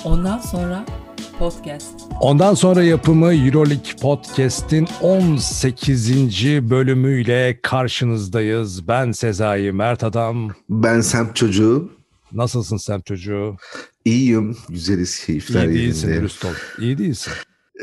Ondan sonra podcast. Ondan sonra yapımı Euroleague Podcast'in 18. bölümüyle karşınızdayız. Ben Sezai Mert Adam. Ben Semt Çocuğu. Nasılsın Semt Çocuğu? İyiyim. Güzeliz, keyifler İyi değilsin, yerinde. dürüst ol. İyi değilsin.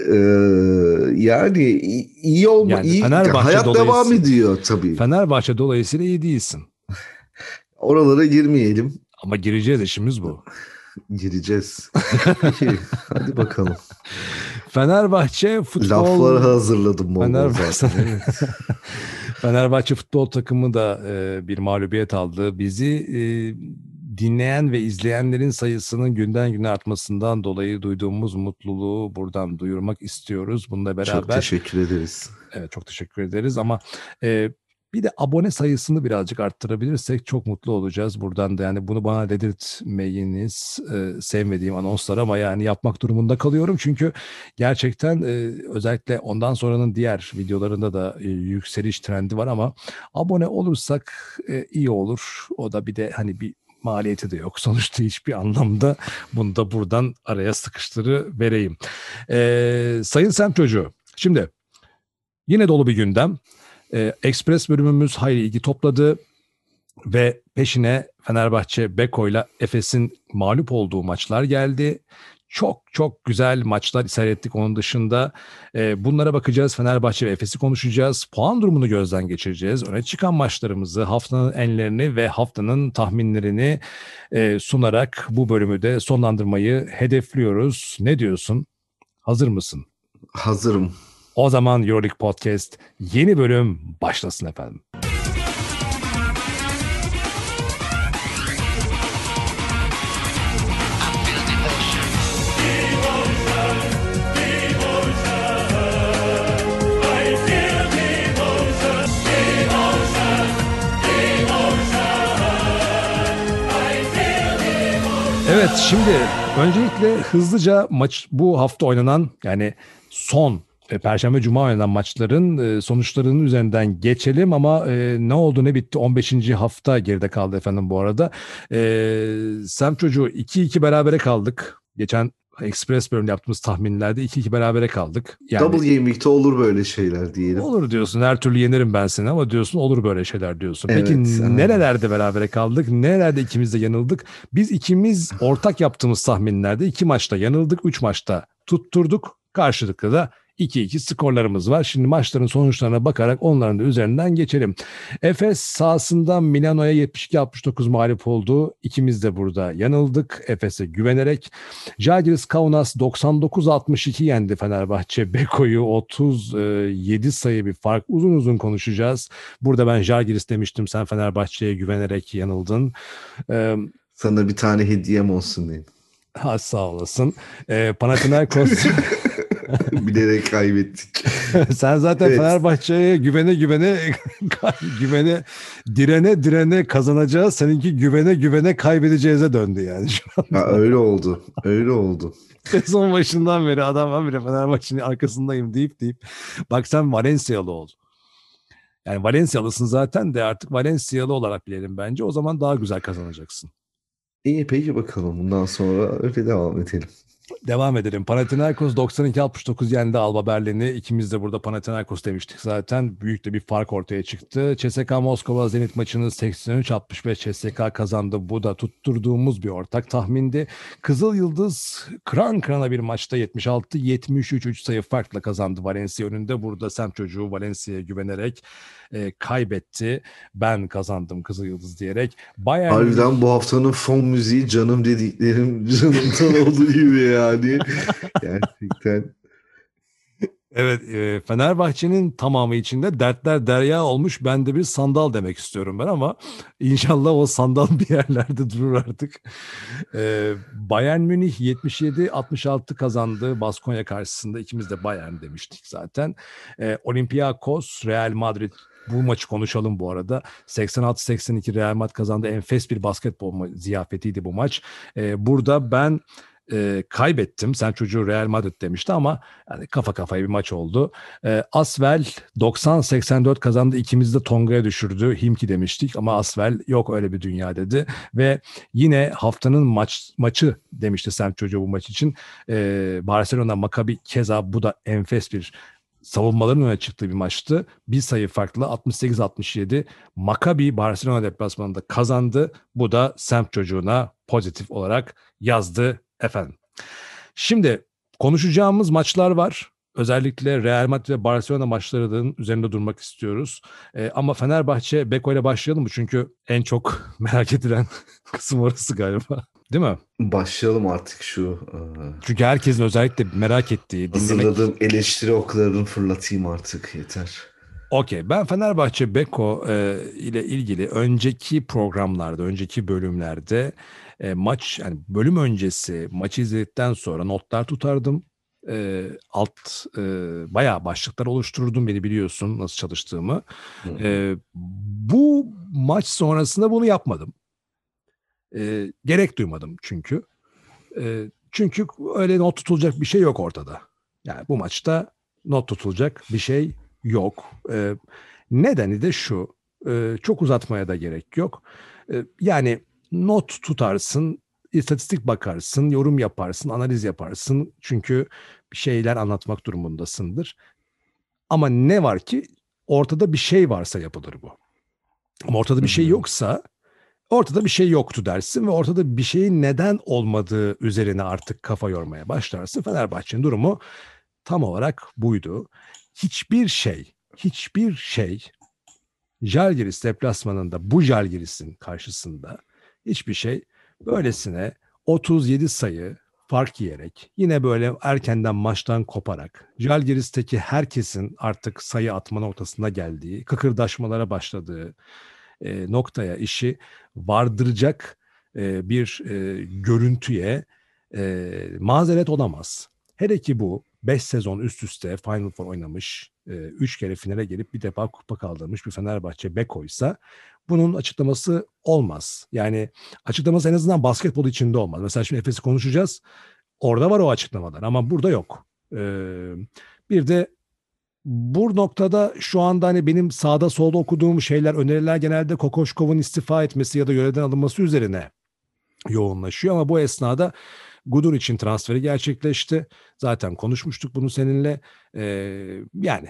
Yani iyi olma, Yani iyi. Fenerbahçe Hayat devam ediyor tabii. Fenerbahçe dolayısıyla iyi değilsin. Oralara girmeyelim. Ama gireceğiz, işimiz bu. Gireceğiz. Peki, hadi bakalım. Fenerbahçe futbol... Lafları hazırladım bol bol zaten. Evet. Fenerbahçe futbol takımı da bir mağlubiyet aldı. Bizi dinleyen ve izleyenlerin sayısının günden güne artmasından dolayı duyduğumuz mutluluğu buradan duyurmak istiyoruz. Bununla beraber... Çok teşekkür ederiz. Evet, çok teşekkür ederiz ama... bir de abone sayısını birazcık arttırabilirsek çok mutlu olacağız buradan da. Yani bunu bana dedirtmeyiniz, sevmediğim anonslar ama yani yapmak durumunda kalıyorum. Çünkü gerçekten özellikle ondan sonranın diğer videolarında da yükseliş trendi var ama abone olursak iyi olur. O da bir de hani bir maliyeti de yok. Sonuçta hiçbir anlamda bunu da buradan araya sıkıştırıvereyim. Sayın Semt Çocuğu, şimdi yine dolu bir gündem. Express bölümümüz hayli ilgi topladı ve peşine Fenerbahçe Beko'yla Efes'in mağlup olduğu maçlar geldi. Çok çok güzel maçlar seyrettik onun dışında. Bunlara bakacağız. Fenerbahçe ve Efes'i konuşacağız. Puan durumunu gözden geçireceğiz. Öne çıkan maçlarımızı, haftanın enlerini ve haftanın tahminlerini sunarak bu bölümü de sonlandırmayı hedefliyoruz. Ne diyorsun? Hazır mısın? Hazırım. O zaman Euroleague Podcast yeni bölüm başlasın efendim. Evet, şimdi öncelikle hızlıca bu hafta oynanan yani son Perşembe Cuma oynanan maçların sonuçlarının üzerinden geçelim ama ne oldu ne bitti 15. hafta geride kaldı efendim bu arada. Semt Çocuğu 2-2 berabere kaldık. Geçen Express bölümünde yaptığımız tahminlerde 2-2 berabere kaldık. Yani, Double Game Week'te olur böyle şeyler diyelim. Olur diyorsun, her türlü yenerim ben seni ama diyorsun olur böyle şeyler diyorsun. Evet, peki nerelerde berabere kaldık? Nerelerde ikimiz de yanıldık? Biz ikimiz ortak yaptığımız tahminlerde 2 maçta yanıldık, 3 maçta tutturduk. Karşılıklı da 2-2 skorlarımız var. Şimdi maçların sonuçlarına bakarak onların da üzerinden geçelim. Efes sahasında Milano'ya 72-69 mağlup oldu. İkimiz de burada yanıldık Efes'e güvenerek. Žalgiris Kaunas 99-62 yendi Fenerbahçe Beko'yu. 37 sayı bir fark. Uzun uzun konuşacağız. Burada ben Žalgiris demiştim. Sen Fenerbahçe'ye güvenerek yanıldın. Sana bir tane hediyem olsun diyeyim. Ha, sağ olasın. Panathinaikos... Bilerek kaybettik. Sen zaten evet. Fenerbahçe'ye güvene direne kazanacağız. Seninki güvene kaybedeceğize döndü yani şu anda. Ha, öyle oldu. Öyle oldu. Sezon başından beri ben bile Fenerbahçe'nin arkasındayım deyip bak sen Valencialı ol. Yani Valencialısın zaten de artık Valencialı olarak bilelim bence. O zaman daha güzel kazanacaksın. İyi peki bakalım. Bundan sonra öyle devam edelim. Devam edelim. Panathinaikos 92-69 yendi Alba Berlin'i. İkimiz de burada Panathinaikos demiştik zaten. Büyük de bir fark ortaya çıktı. CSKA Moskova Zenit maçını 83-65 CSKA kazandı. Bu da tutturduğumuz bir ortak tahmindi. Kızıl Yıldız kıran kırana bir maçta 76-73 3 sayı farkla kazandı Valencia önünde. Burada Semt Çocuğu Valencia'ya güvenerek kaybetti. Ben kazandım Kızıl Yıldız diyerek. Harbiden bu haftanın fon müziği canım dediklerim canımdan olduğu gibi yani. Gerçekten. Evet, Fenerbahçe'nin tamamı içinde dertler derya olmuş. Ben de bir sandal demek istiyorum ben ama inşallah o sandal bir yerlerde durur artık. Bayern Münih 77-66 kazandı Baskonya karşısında. İkimiz de Bayern demiştik zaten. Olympiakos, Real Madrid. Bu maçı konuşalım bu arada. 86-82 Real Madrid kazandı. Enfes bir basketbol ziyafetiydi bu maç. Burada ben kaybettim. Sen çocuğu Real Madrid demişti ama yani kafa kafaya bir maç oldu. Asvel 90-84 kazandı. İkimiz de Tonga'ya düşürdü. Himki demiştik ama Asvel yok öyle bir dünya dedi. Ve yine haftanın maçı demişti sen çocuğu bu maç için. Barcelona Maccabi keza bu da enfes bir savunmaların öne çıktığı bir maçtı. Bir sayı farklı 68-67 Maccabi Barcelona deplasmanında kazandı. Bu da semt çocuğuna pozitif olarak yazdı efendim. Şimdi konuşacağımız maçlar var. Özellikle Real Madrid ve Barcelona maçlarının üzerinde durmak istiyoruz. Ama Fenerbahçe Beko ile başlayalım mı? Çünkü en çok merak edilen kısım orası galiba. Değil mi? Başlayalım artık şu Çünkü herkesin özellikle merak ettiği, hazırladığım eleştiri oklarını fırlatayım artık yeter. Okey. Ben Fenerbahçe Beko ile ilgili önceki programlarda, önceki bölümlerde maç, yani bölüm öncesi maçı izledikten sonra notlar tutardım. Bayağı başlıklar oluştururdum, beni biliyorsun nasıl çalıştığımı. Bu maç sonrasında bunu yapmadım. Gerek duymadım çünkü. Çünkü öyle not tutulacak bir şey yok ortada. Yani bu maçta not tutulacak bir şey yok. Nedeni de şu, çok uzatmaya da gerek yok. Yani not tutarsın, istatistik bakarsın, yorum yaparsın, analiz yaparsın. Çünkü bir şeyler anlatmak durumundasındır. Ama ne var ki ortada bir şey varsa yapılır bu. Ama ortada bir şey yoksa ortada bir şey yoktu dersin ve ortada bir şeyin neden olmadığı üzerine artık kafa yormaya başlarsın. Fenerbahçe'nin durumu tam olarak buydu. Hiçbir şey Žalgiris deplasmanında, bu Žalgiris'in karşısında hiçbir şey böylesine 37 sayı fark yiyerek, yine böyle erkenden maçtan koparak, Žalgiris'teki herkesin artık sayı atma noktasına geldiği, kıkırdaşmalara başladığı noktaya işi vardıracak bir görüntüye mazeret olamaz. Hele ki bu 5 sezon üst üste Final Four oynamış, 3 kere finale gelip bir defa kupa kaldırmış bir Fenerbahçe Beko'ysa bunun açıklaması olmaz. Yani açıklaması en azından basketbol içinde olmaz. Mesela şimdi Efes'i konuşacağız. Orada var o açıklamalar ama burada yok. Bir de bu noktada şu anda hani benim sağda solda okuduğum şeyler, öneriler genelde Kokoşkov'un istifa etmesi ya da görevden alınması üzerine yoğunlaşıyor. Ama bu esnada Guduric'in transferi gerçekleşti. Zaten konuşmuştuk bunu seninle. Yani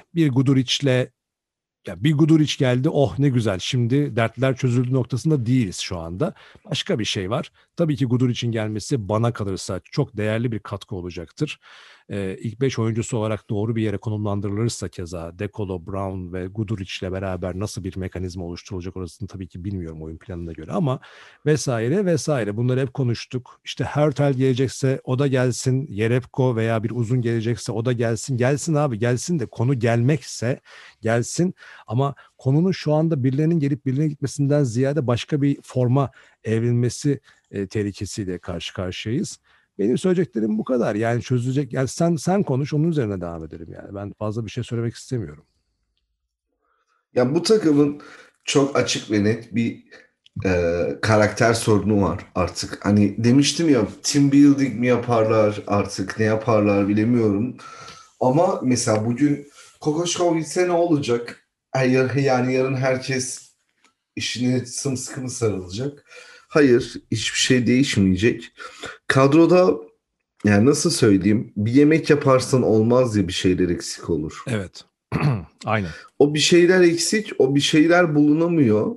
bir Guduric geldi, oh ne güzel, şimdi dertler çözüldü noktasında değiliz şu anda. Başka bir şey var. Tabii ki Guduric'in gelmesi bana kalırsa çok değerli bir katkı olacaktır. İlk 5 oyuncusu olarak doğru bir yere konumlandırılırsa keza Dekolo, Brown ve Guduric ile beraber nasıl bir mekanizma oluşturulacak orasını tabii ki bilmiyorum oyun planına göre ama vesaire bunları hep konuştuk. İşte Hertel gelecekse o da gelsin, Jerebko veya bir uzun gelecekse o da gelsin abi, gelsin de konu gelmekse gelsin. Ama konunun şu anda birilerinin gelip birilerine gitmesinden ziyade başka bir forma evrilmesi tehlikesiyle karşı karşıyayız. Benim söyleyeceklerim bu kadar. Yani çözülecek. Yani sen konuş, onun üzerine devam edelim yani. Ben fazla bir şey söylemek istemiyorum. Ya bu takımın çok açık ve net bir karakter sorunu var artık. Hani demiştim ya, team building mi yaparlar artık, ne yaparlar bilemiyorum. Ama mesela bugün Kokoşkov gitse ne olacak? Yani yarın herkes işine sımsıkı mı sarılacak? Hayır, hiçbir şey değişmeyecek. Kadroda, yani nasıl söyleyeyim, bir yemek yaparsan olmaz ya, bir şeyler eksik olur. Evet. Aynen. O bir şeyler eksik, o bir şeyler bulunamıyor.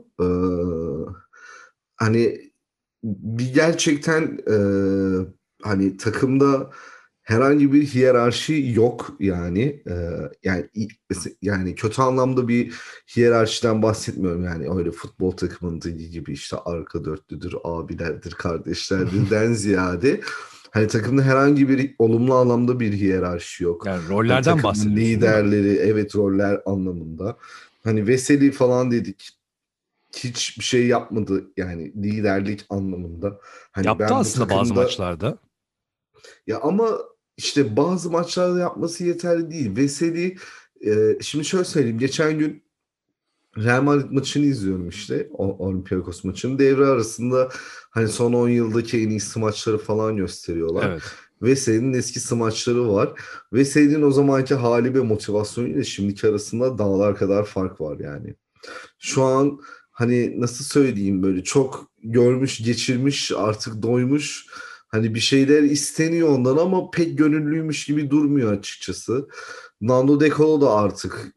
Hani bir gerçekten hani takımda herhangi bir hiyerarşi yok yani. Yani kötü anlamda bir hiyerarşiden bahsetmiyorum, yani öyle futbol takımındaki gibi işte arka dörtlüdür, abilerdir, kardeşlerdirden ziyade hani takımda herhangi bir olumlu anlamda bir hiyerarşi yok. Yani Hani rollerden takımın bahsediyorsun değil mi? liderleri, evet, roller anlamında. Hani Veseli falan dedik, hiçbir şey yapmadı yani liderlik anlamında. Hani Yaptı ben bu aslında bazı takımda, maçlarda. ya ama işte bazı maçlarda yapması yeterli değil. Veseli, şimdi şöyle söyleyeyim, geçen gün Real Madrid maçını izliyorum işte. O Olympiakos maçını. Devre arasında hani son 10 yıldaki en iyi smaçları falan gösteriyorlar. Evet. Veseli'nin eski smaçları var. Veseli'nin o zamanki hali ve motivasyonuyla şimdiki arasında dağlar kadar fark var yani. Şu an hani nasıl söyleyeyim, böyle çok görmüş, geçirmiş, artık doymuş. Hani bir şeyler isteniyor ondan ama pek gönüllüymüş gibi durmuyor açıkçası. Nando De Colo da artık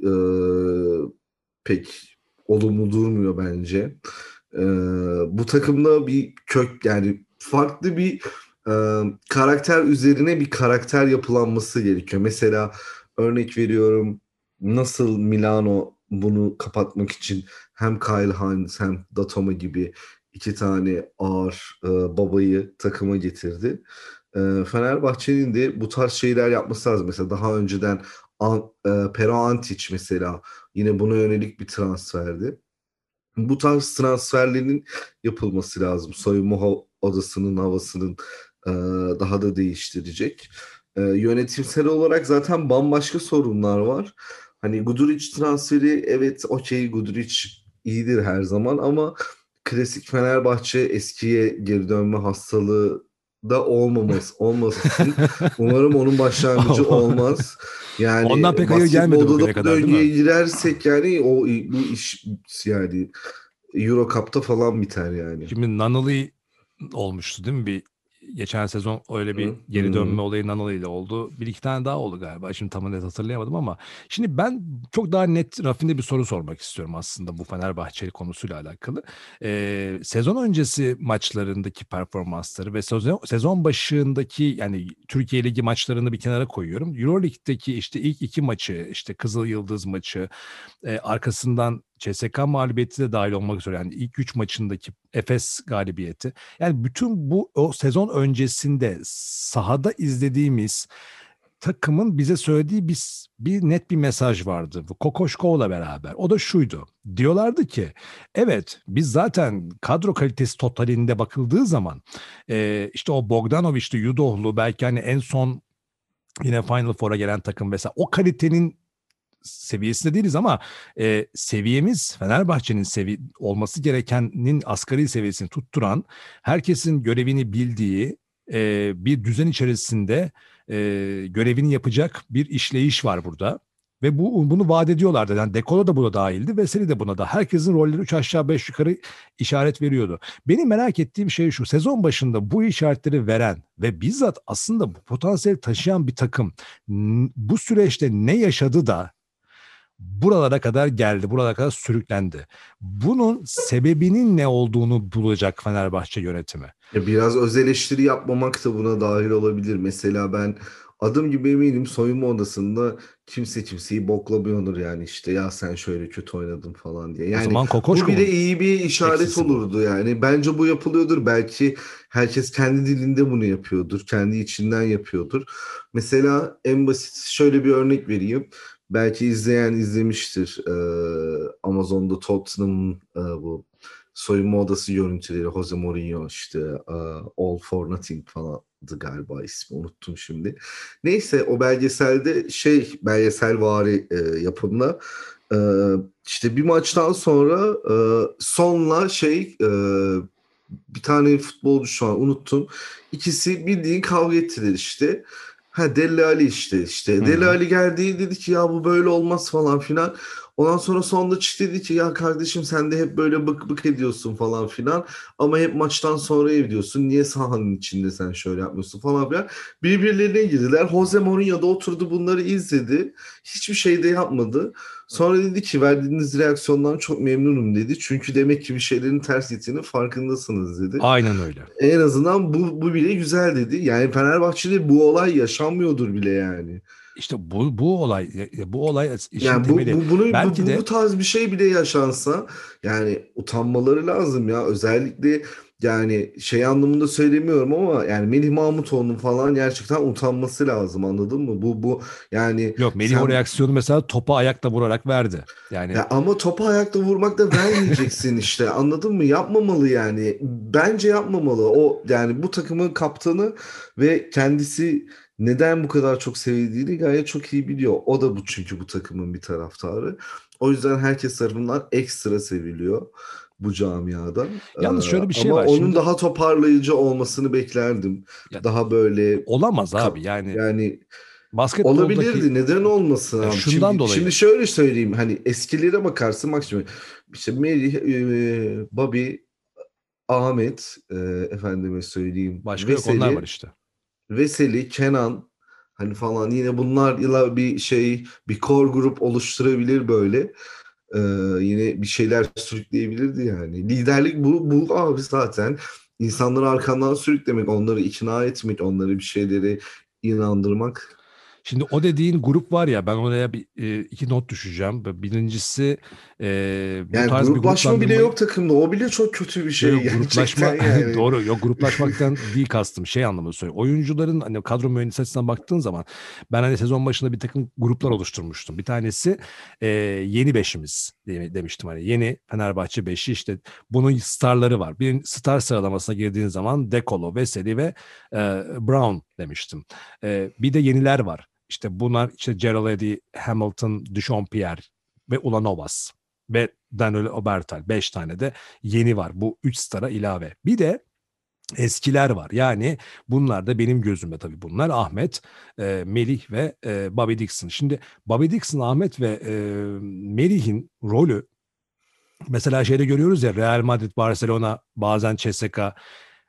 pek olumlu durmuyor bence. E, Bu takımda bir kök, yani farklı bir karakter üzerine bir karakter yapılanması gerekiyor. Mesela örnek veriyorum, nasıl Milano bunu kapatmak için hem Kyle Hines hem Datome gibi iki tane ağır babayı takıma getirdi. Fenerbahçe'nin de bu tarz şeyler yapması lazım. Mesela daha önceden Pero Antic mesela yine buna yönelik bir transferdi. Bu tarz transferlerin yapılması lazım. Soyunma odasının havasının e, daha da değiştirecek. Yönetimsel olarak zaten bambaşka sorunlar var. Hani Guduric transferi, evet okey, Guduric iyidir her zaman ama klasik Fenerbahçe eskiye geri dönme hastalığı da olmasın. Umarım onun başlangıcı olmaz. Yani Ondan pek hayır basketbol gelmedi odada bugüne bu kadar, değil döngüye mi? girersek yani bu iş yani Euro Cup'ta falan biter yani. Şimdi Nanalı olmuştu değil mi? Geçen sezon öyle bir Hı geri hı. dönme olayı Nanalı ile oldu. Bir iki tane daha oldu galiba. Şimdi tam net hatırlayamadım ama şimdi ben çok daha net, rafine bir soru sormak istiyorum aslında bu Fenerbahçe konusuyla alakalı. Sezon öncesi maçlarındaki performansları ve sezon başındaki, yani Türkiye Ligi maçlarını bir kenara koyuyorum. Euroleague'deki işte ilk iki maçı, işte Kızıl Yıldız maçı, arkasından CSKA mağlubiyeti de dahil olmak üzere, yani ilk 3 maçındaki Efes galibiyeti. Yani bütün bu o sezon öncesinde sahada izlediğimiz takımın bize söylediği bir net bir mesaj vardı. Bu Kokoşkov'la beraber. O da şuydu. Diyorlardı ki evet, biz zaten kadro kalitesi totalinde bakıldığı zaman işte o Bogdanovic'li, Yudohlu, belki hani en son yine Final Four'a gelen takım mesela, o kalitenin seviyesinde değiliz ama seviyemiz Fenerbahçe'nin olması gerekenin asgari seviyesini tutturan, herkesin görevini bildiği bir düzen içerisinde görevini yapacak bir işleyiş var burada. Ve bunu vaat ediyorlardı. Yani Dekolo da buna dahildi. Veseli de buna da. Herkesin rolleri 3 aşağı 5 yukarı işaret veriyordu. Benim merak ettiğim şey şu. Sezon başında bu işaretleri veren ve bizzat aslında bu potansiyeli taşıyan bir takım bu süreçte ne yaşadı da buralara kadar geldi, buralara kadar sürüklendi. Bunun sebebinin ne olduğunu bulacak Fenerbahçe yönetimi. Ya biraz öz eleştiri yapmamak da buna dahil olabilir. Mesela ben adım gibi eminim soyunma odasında kimse kimseyi boklamıyordur yani, işte ya sen şöyle kötü oynadın falan diye. O Yani zaman bu bile Kokoşkov'un iyi bir işaret eksisi bu. olurdu yani. Bence bu yapılıyordur. Belki herkes kendi dilinde bunu yapıyordur. Kendi içinden yapıyordur. Mesela en basit şöyle bir örnek vereyim. Belki izleyen izlemiştir. Amazon'da Tottenham'ın bu soyunma odası görüntüleri, Jose Mourinho işte All for Nothing falandı galiba ismi, unuttum şimdi. Neyse, o belgeselde belgeselvari yapımda e, işte bir maçtan sonra Son'la bir tane futbolcu, şu an unuttum. İkisi bildiğin kavga ettiler işte. Ha, Dele Alli işte. Hı Dele hı. Alli geldi, dedi ki ya bu böyle olmaz falan filan. Ondan sonra sonunda çıktı, dedi ki ya kardeşim sen de hep böyle bık bık ediyorsun falan filan. Ama hep maçtan sonra ediyorsun. Niye sahanın içinde sen şöyle yapmıyorsun falan filan. Birbirlerine girdiler. Jose Mourinho da oturdu bunları izledi. Hiçbir şey de yapmadı. Sonra dedi ki verdiğiniz reaksiyondan çok memnunum dedi. Çünkü demek ki bir şeylerin ters gittiğinin farkındasınız dedi. Aynen öyle. En azından bu bile güzel dedi. Yani Fenerbahçe'de bu olay yaşanmıyordur bile yani. İşte bu olay işin Yani temeli. Belki bu de tarz bir şey bile yaşansa yani utanmaları lazım ya. Özellikle yani şey anlamında söylemiyorum ama yani Melih Mahmutoğlu'nun falan gerçekten utanması lazım, anladın mı? Bu yani yok, Melih o sen, reaksiyonu mesela topa ayakla vurarak verdi. Yani ya ama topu ayakta vurmak da vermeyeceksin işte, anladın mı? Yapmamalı yani. Bence yapmamalı. O yani bu takımın kaptanı ve kendisi neden bu kadar çok sevildiğini gayet çok iyi biliyor. O da çünkü bu takımın bir taraftarı. O yüzden herkes tarafından ekstra seviliyor bu camiada. Yalnız şöyle bir şey Ama var. onun Şimdi daha toparlayıcı olmasını beklerdim. ya, Daha böyle olamaz abi. Yani yani basketboldaki olabilirdi. Neden olmasın ya abi? şundan Şimdi dolayı şöyle söyleyeyim. Hani eskilere bakarsın maksimum. İşte Melih, Bobby, Ahmet, efendime söyleyeyim, başka yok, onlar var Veseli, işte. Veseli, Kenan hani falan yine bunlarla bir core grup oluşturabilir böyle. Ee, Yine bir şeyler sürükleyebilirdi yani. Liderlik bu abi zaten. İnsanları arkandan sürüklemek, onları ikna etmek, onları bir şeyleri inandırmak. Şimdi o dediğin grup var ya, ben oraya iki not düşeceğim. Birincisi bu Yani tarz bir gruplaşma bile gruplandırmayı. yok takımda. O bile çok kötü bir Yok, şey yok, gruplaşma gerçekten yani. doğru, yok, gruplaşmaktan değil kastım, şey anlamında söylüyorum. Oyuncuların hani kadro mühendisi açısından baktığın zaman ben hani sezon başında bir takım gruplar oluşturmuştum. Bir tanesi yeni beşimiz demiştim, hani yeni Fenerbahçe beşi, işte bunun starları var. Bir star sıralamasına girdiğin zaman Dekolo, Veseli ve Brown demiştim. Bir de yeniler var. İşte bunlar işte Gerald Eddy, Hamilton, Duchampier ve Ulanovas ve Daniel Obertal, 5 tane de yeni var. Bu 3 stara ilave. Bir de eskiler var. Yani bunlar da benim gözümde tabii bunlar Ahmet, Melih ve Bobby Dixon. Şimdi Bobby Dixon, Ahmet ve Melih'in rolü mesela şeyde görüyoruz ya, Real Madrid, Barcelona, bazen CSKA,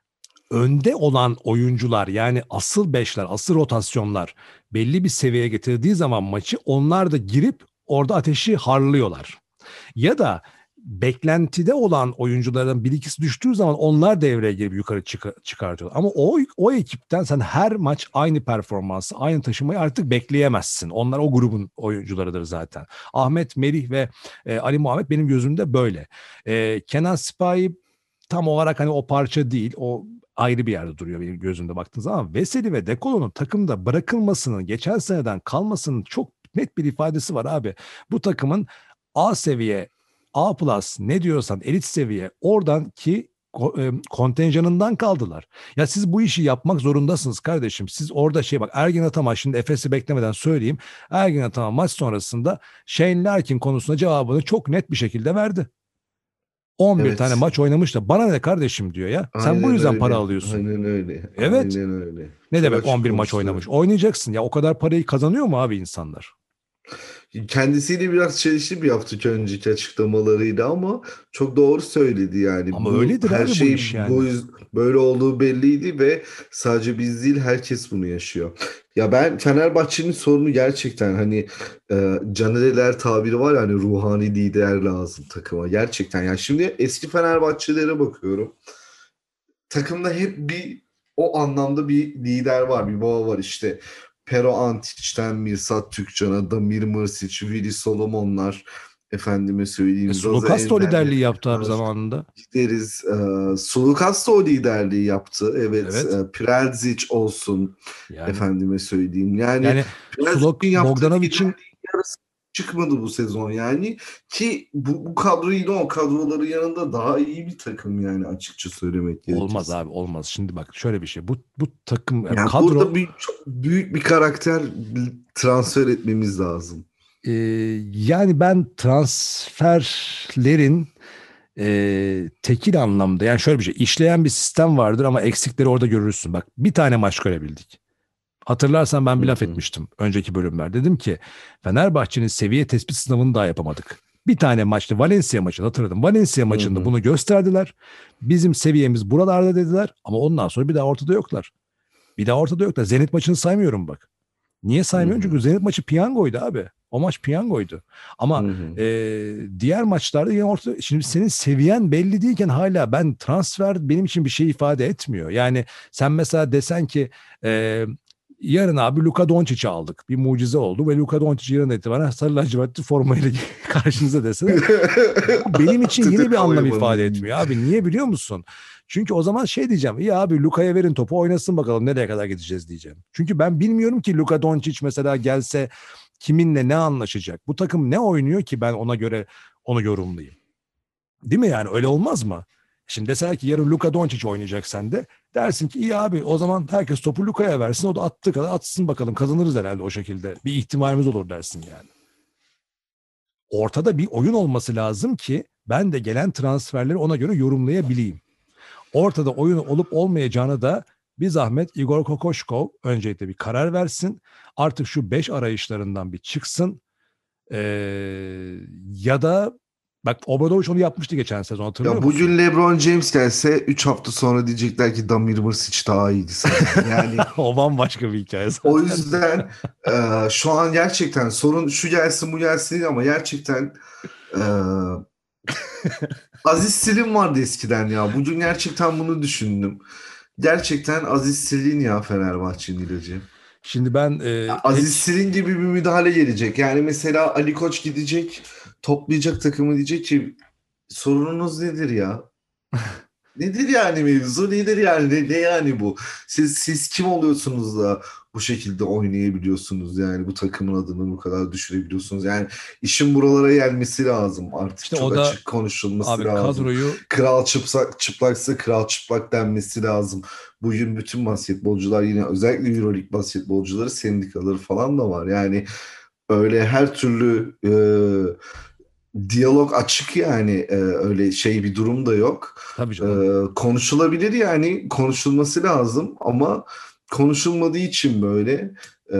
önde olan oyuncular, yani asıl beşler, asıl rotasyonlar belli bir seviyeye getirdiği zaman maçı, onlar da girip orada ateşi harlıyorlar. Ya da beklentide olan oyunculardan bir ikisi düştüğü zaman onlar devreye girip yukarı çıkartıyor. Ama o ekipten sen her maç aynı performansı, aynı taşımayı artık bekleyemezsin. Onlar o grubun oyuncularıdır zaten. Ahmet, Melih ve Ali Muhammed benim gözümde böyle. Kenan Sipahi tam olarak hani o parça değil. O ayrı bir yerde duruyor benim gözümde baktığınız zaman. Veseli ve Dekolo'nun takımda bırakılmasının, geçen seneden kalmasının çok net bir ifadesi var abi. Bu takımın A seviye, A plus, ne diyorsan elit seviye, oradan ki kontenjanından kaldılar. Ya siz bu işi yapmak zorundasınız kardeşim. Siz orada bak, Ergin Ataman, şimdi Efes'i beklemeden söyleyeyim. Ergin Ataman maç sonrasında Shane Larkin konusunda cevabını çok net bir şekilde verdi. 11 tane Evet. maç oynamış da bana ne kardeşim diyor ya. Sen bu Aynen yüzden para öyle. alıyorsun. Aynen öyle. Evet. Aynen öyle. Ne Çok demek açık 11 maç konuştu. oynamış? Oynayacaksın ya, o kadar parayı kazanıyor mu abi insanlar? Kendisiyle biraz çelişki yaptık önceki açıklamalarıyla ama çok doğru söyledi yani. Ama Bu öyledir her abi bu şey iş yani. böyle olduğu belliydi ve sadece biz değil herkes bunu yaşıyor. Ya ben Fenerbahçe'nin sorunu gerçekten hani Caner'ler tabiri var ya, hani ruhani lider lazım takıma gerçekten. Yani şimdi eski Fenerbahçelere bakıyorum. Takımda hep o anlamda bir lider var, bir baba var işte. Pero Antic'ten Mirsad Tükcan'a, Damir Mrsic, Vili Solomonlar, efendime söyleyeyim Zaza Sulukas da liderliği Enzer'lere yaptı abi kadar zamanında. gideriz. Sulukas da o liderliği yaptı. Evet, Evet. Prelzic olsun, Yani efendime söyleyeyim. Yani yani Prelzic'in yaptığı Bogdanovic'in liderliğin yarısı çıkmadı bu sezon yani. Ki bu kadroyla o kadroların yanında daha iyi bir takım yani, açıkça söylemek olmaz gerekirse. abi, olmaz. Şimdi bak, şöyle bir şey. Bu takım Yani kadro burada çok büyük bir karakter transfer etmemiz lazım. e, yani ben transferlerin tekil anlamda, yani şöyle bir şey, işleyen bir sistem vardır ama eksikleri orada görürsün. Bak, bir tane maç görebildik. Hatırlarsan ben Hı bir laf hı. etmiştim önceki bölümler. Dedim ki Fenerbahçe'nin seviye tespit sınavını daha yapamadık. Bir tane maçta, Valencia maçını hatırladım. Valencia Hı maçında hı. bunu gösterdiler. Bizim seviyemiz buralarda dediler ama ondan sonra bir daha ortada yoklar. Bir daha ortada yoklar. Zenit maçını saymıyorum bak. Niye Hı saymıyorum? hı. Çünkü Zenit maçı piyangoydu abi. O maç piyangoydu. Hı Ama hı. diğer maçlarda yine ortada. Şimdi senin seviyen belli değilken hala ben transfer benim için bir şey ifade etmiyor. Yani sen mesela desen ki e, yarın abi Luka Doncic'i aldık. Bir mucize oldu ve Luka Doncic yarın itibaren sarı lacivertli formayla karşınıza deseler, bu benim için yine Atatürk bir anlam ifade Havalimanı'nın. etmiyor abi. Niye biliyor musun? Çünkü o zaman şey diyeceğim. İyi abi, Luka'ya verin topu, oynasın bakalım nereye kadar gideceğiz diyeceğim. Çünkü ben bilmiyorum ki Luka Doncic mesela gelse kiminle ne anlaşacak? Bu takım ne oynuyor ki ben ona göre onu yorumlayayım. Değil mi yani, öyle olmaz mı? Şimdi deseler ki yarın Luka Doncic oynayacak, sen de dersin ki iyi abi, o zaman herkes topu Luka'ya versin, o da attığı kadar atsın bakalım, kazanırız herhalde o şekilde. Bir ihtimalimiz olur dersin yani. Ortada bir oyun olması lazım ki ben de gelen transferleri ona göre yorumlayabileyim. Ortada oyun olup olmayacağını da bir zahmet Igor Kokoşkov öncelikle bir karar versin. Artık şu 5 arayışlarından bir çıksın. Ya da bak Obradoviç onu yapmıştı geçen sezon, hatırlıyor Ya musun? bugün LeBron James gelse 3 hafta sonra diyecekler ki Damir Mrsic daha iyiydi sana. Yani O bambaşka bir hikaye zaten. o yüzden şu an gerçekten sorun şu gelsin bu gelsin değil ama gerçekten e, Aziz Silin vardı eskiden ya. Bugün gerçekten bunu düşündüm. Gerçekten Aziz Silin ya Fenerbahçe'nin ilacı. Şimdi ben Aziz Silin gibi bir müdahale gelecek. Yani mesela Ali Koç gidecek, toplayacak takımı, diyecek ki sorununuz nedir ya? Nedir yani mevzu? Nedir yani? Ne yani bu? Siz kim oluyorsunuz da bu şekilde oynayabiliyorsunuz yani bu takımın adını bu kadar düşürebiliyorsunuz? Yani işin buralara gelmesi lazım. Artık işte çok o da açık konuşulması abi lazım. kadroyu Kral çıplaksa kral çıplak denmesi lazım. Bugün bütün basketbolcular yine özellikle Euroleague basketbolcuları sendikaları falan da var. Yani öyle her türlü diyalog açık yani öyle şey bir durum da yok. tabii canım. Konuşulabilir yani konuşulması lazım ama konuşulmadığı için böyle e,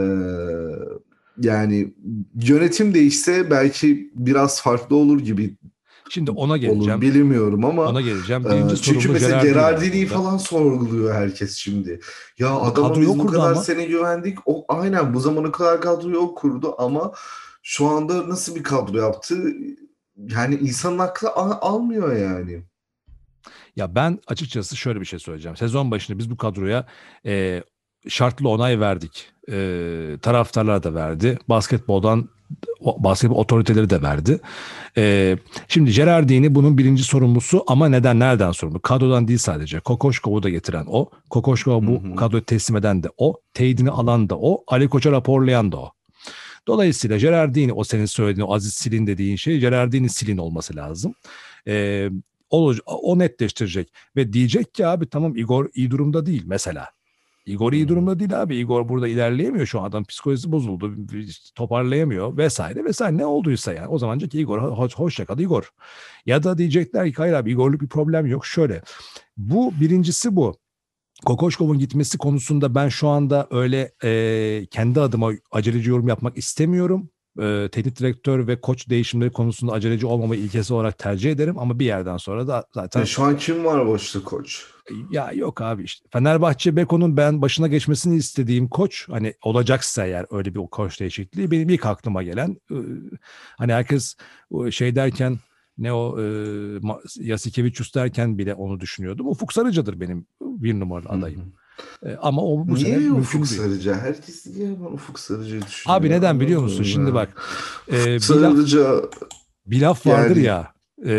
yani yönetim değişse belki biraz farklı olur gibi Şimdi ona olur geleceğim. bilmiyorum ama Ona geleceğim. Birinci çünkü sorumlu mesela Gerardini Gerardini'yi burada. falan sorguluyor herkes şimdi. Ya Abi adama kadroyu o biz bu kurdu kadar ama. sene güvendik. O aynen bu zamana kadar kadroyu o kurdu ama şu anda nasıl bir kadro yaptı? Yani insanın aklı almıyor yani. Ya ben açıkçası şöyle bir şey söyleyeceğim. Sezon başında biz bu kadroya e, şartlı onay verdik. Taraftarlar da verdi. Basketbol otoriteleri de verdi. Şimdi Gerardini bunun birinci sorumlusu ama nereden sorumlu? Kadrodan değil sadece. Kokoşkov'u da getiren o. Hı Kokoşkov'u bu hı. kadroyu teslim eden de o. Teyidini alan da o. Ali Koç'a raporlayan da o. Dolayısıyla Gerardini, o senin söylediğin o Aziz Silin dediğin şey Gerardini Silin olması lazım. Ee, o netleştirecek ve diyecek ki abi tamam Igor iyi durumda değil mesela. Igor Hı iyi hı. durumda değil abi. Igor burada ilerleyemiyor şu an. Adam psikolojisi bozuldu. Toparlayamıyor vesaire vesaire. Ne olduysa yani. O zaman diyecek ki Igor hoşça kal Igor. Ya da diyecekler ki hayır abi Igor'luk bir problem yok. Şöyle. Birincisi bu. Kokoşkov'un gitmesi konusunda ben şu anda öyle kendi adıma aceleci yorum yapmak istemiyorum. Teknik direktör ve koç değişimleri konusunda aceleci olmamayı ilkesi olarak tercih ederim ama bir yerden sonra da zaten Şu an kim var boşta koç? ya yok abi işte. Fenerbahçe Beko'nun ben başına geçmesini istediğim koç hani olacaksa eğer öyle bir koç değişikliği benim ilk aklıma gelen hani herkes şey derken ne o Yasikevicius derken bile onu düşünüyordum. Ufuk Sarıcı'dır benim bir numaralı Hı adayım. hı. Ama o bu sene Niye Ufuk mümkün değil. Sarıcı? Herkes niye ben Ufuk Sarıcı'yı Abi düşünüyor? neden biliyor musun? Anlamıyorum Şimdi ya. bak Ufuk bir Sarıcı bir laf vardır yani ya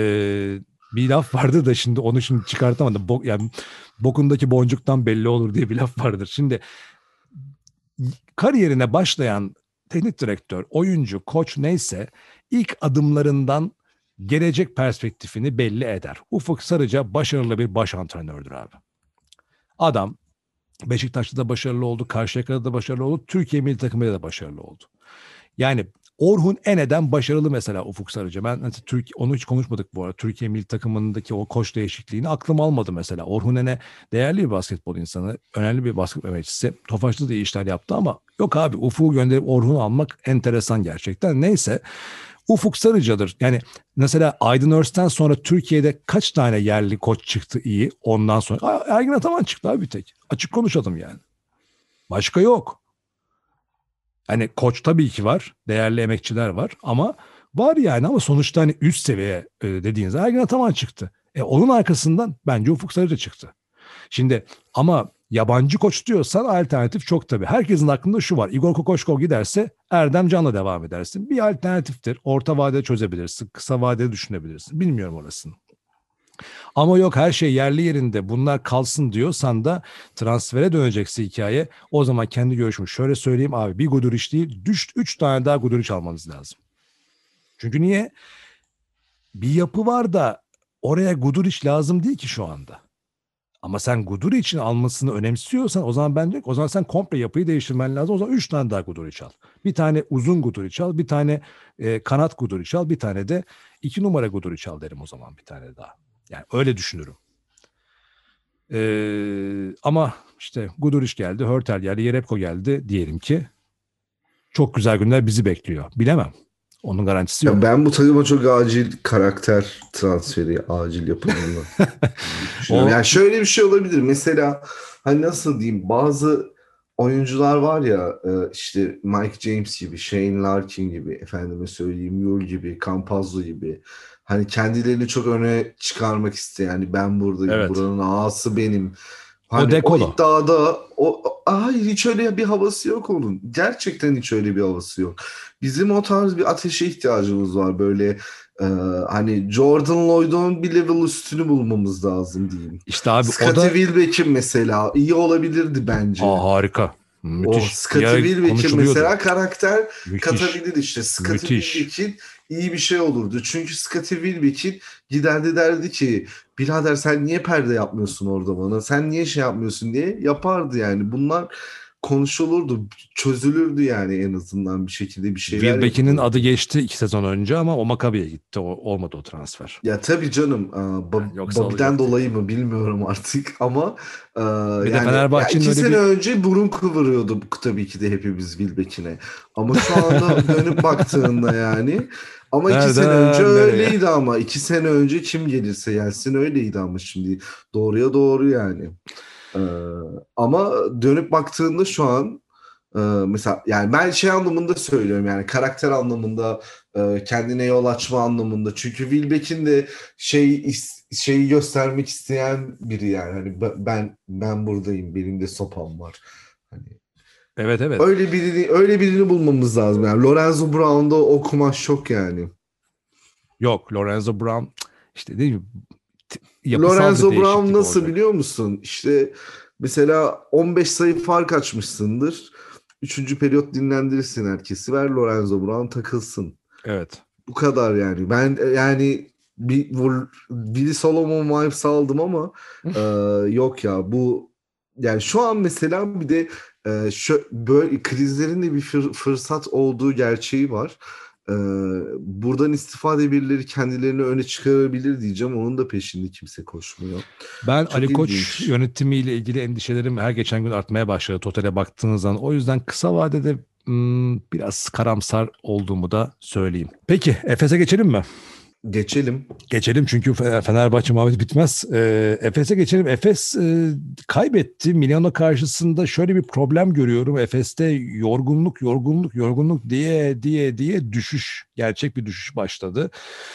bir laf vardır da şimdi onu çıkartamadım. Yani bokundaki boncuktan belli olur diye bir laf vardır. Şimdi kariyerine başlayan teknik direktör, oyuncu, koç neyse ilk adımlarından gelecek perspektifini belli eder. Ufuk Sarıca başarılı bir baş antrenördür abi. Adam Beşiktaş'ta da başarılı oldu, Karşıyaka'da da başarılı oldu, Türkiye milli takımıyla da başarılı oldu. Yani Orhun Ene'den başarılı mesela Ufuk Sarıcı. Ben onu hiç konuşmadık bu arada. Türkiye milli takımındaki o koç değişikliğini aklım almadı mesela. Orhun Ene değerli bir basketbol insanı, önemli bir basketbol emekçisi. Tofaş'ta da iyi işler yaptı ama yok abi Ufuk'u gönderip Orhun'u almak enteresan gerçekten. Neyse Ufuk Sarıcı'dır. Yani mesela Aydın Örsten sonra Türkiye'de kaç tane yerli koç çıktı iyi ondan sonra? Ergin Ataman çıktı abi bir tek. Açık konuşalım yani. Başka yok. Hani koç tabii ki var. Değerli emekçiler var ama var yani ama sonuçta hani üst seviye dediğiniz Ergin Ataman çıktı. Onun arkasından bence Ufuk Sarıcı çıktı. Şimdi ama yabancı koç diyorsan alternatif çok tabii. Herkesin aklında şu var. Igor Kokoşkov giderse Erdem Can'la devam edersin. Bir alternatiftir. Orta vadede çözebilirsin. Kısa vadede düşünebilirsin. Bilmiyorum orasını. Ama yok her şey yerli yerinde bunlar kalsın diyorsan da transfere dönecekse hikaye o zaman kendi görüşümü şöyle söyleyeyim abi bir Guduric değil 3 tane daha Guduric almanız lazım. Çünkü niye? Bir yapı var da oraya Guduric lazım değil ki şu anda. Ama sen Guduric'in almasını önemsiyorsan o zaman ben diyorum ki o zaman sen komple yapıyı değiştirmen lazım. O zaman 3 tane daha Guduric al. Bir tane uzun Guduric al, bir tane kanat Guduric al, bir tane de 2 numara Guduric al derim o zaman bir tane daha. Yani öyle düşünürüm. Ama işte Guduric geldi, Hurtel geldi, Jerebko geldi diyelim ki. Çok güzel günler bizi bekliyor. Bilemem. Onun garantisi yok. Ya ben bu takıma çok acil karakter transferi acil yapılmalı. Yani şöyle bir şey olabilir. Mesela hani nasıl diyeyim, bazı oyuncular var ya, işte Mike James gibi, Shane Larkin gibi, efendime söyleyeyim Yul gibi, Campazzo gibi. Hani kendilerini çok öne çıkarmak isteyen, yani ben buradayım, Evet. buranın ağası benim. O Hani o dekolo. iddiada hayır, hiç öyle bir havası yok onun. Gerçekten hiç öyle bir havası yok. Bizim o tarz bir ateşe ihtiyacımız var. Böyle hani Jordan Lloyd'un bir level üstünü bulmamız lazım diyeyim. İşte abi o Scottie da Wilbeck'in mesela iyi olabilirdi bence. harika. O Müthiş. Scottie Wilbeck'in Konuşuluyordu. mesela karakter Müthiş. katabilir işte. Scottie Müthiş. Wilbeck'in iyi bir şey olurdu. Çünkü Scottie Wilbeck'in giderdi derdi ki birader sen niye perde yapmıyorsun orada bana? Sen niye şey yapmıyorsun diye yapardı yani. Bunlar konuşulurdu, çözülürdü yani, en azından bir şekilde bir şeyler Wilbeck'in yapılırdı. adı geçti 2 sezon önce ama o Maccabi'ye gitti. Olmadı o transfer. Ya tabii canım, Yoksa Bobby'den alacaktı. dolayı mı bilmiyorum artık ama Bir de yani Fenerbahçe'nin 2 öyle sene bir önce burun kıvırıyordu tabii ki de hepimiz Wilbeck'ine. Ama şu anda dönüp baktığında yani, ama 2 sene önce nereden nereye? öyleydi, ama 2 sene önce kim gelirse gelsin öyleydi, ama şimdi doğruya doğru yani. E, Ama dönüp baktığında şu an mesela yani ben şey anlamında söylüyorum, yani karakter anlamında, kendine yol açma anlamında. Çünkü Wilbeck'in de şeyi göstermek isteyen biri yani. Hani ben buradayım, benim de sopam var. Hani Evet evet. öyle birini bulmamız lazım. Yani Lorenzo Brown'da o kumaş çok yani. Yok Lorenzo Brown işte değil mi? Yapısal bir Lorenzo Brown değişiklik nasıl olacak. biliyor musun? İşte mesela 15 sayı fark açmışsındır. Üçüncü periyot dinlendirirsin herkesi. Ver Lorenzo Brown takılsın. Evet. Bu kadar yani. Ben yani Billy Solomon vibes aldım ama yok ya, bu yani şu an mesela bir de böyle krizlerin de bir fırsat olduğu gerçeği var. E, Buradan istifade birileri kendilerini öne çıkarabilir diyeceğim. Onun da peşinde kimse koşmuyor. Ben Çok Ali Koç ilginç. yönetimiyle ilgili endişelerim her geçen gün artmaya başladı totale baktığınız zaman. O yüzden kısa vadede biraz karamsar olduğumu da söyleyeyim. Peki Efes'e geçelim mi? Geçelim. Geçelim çünkü Fenerbahçe muhabbeti bitmez. Efes'e geçelim. Efes kaybetti. Milano karşısında şöyle bir problem görüyorum. Efes'te yorgunluk diye düşüş, gerçek bir düşüş başladı.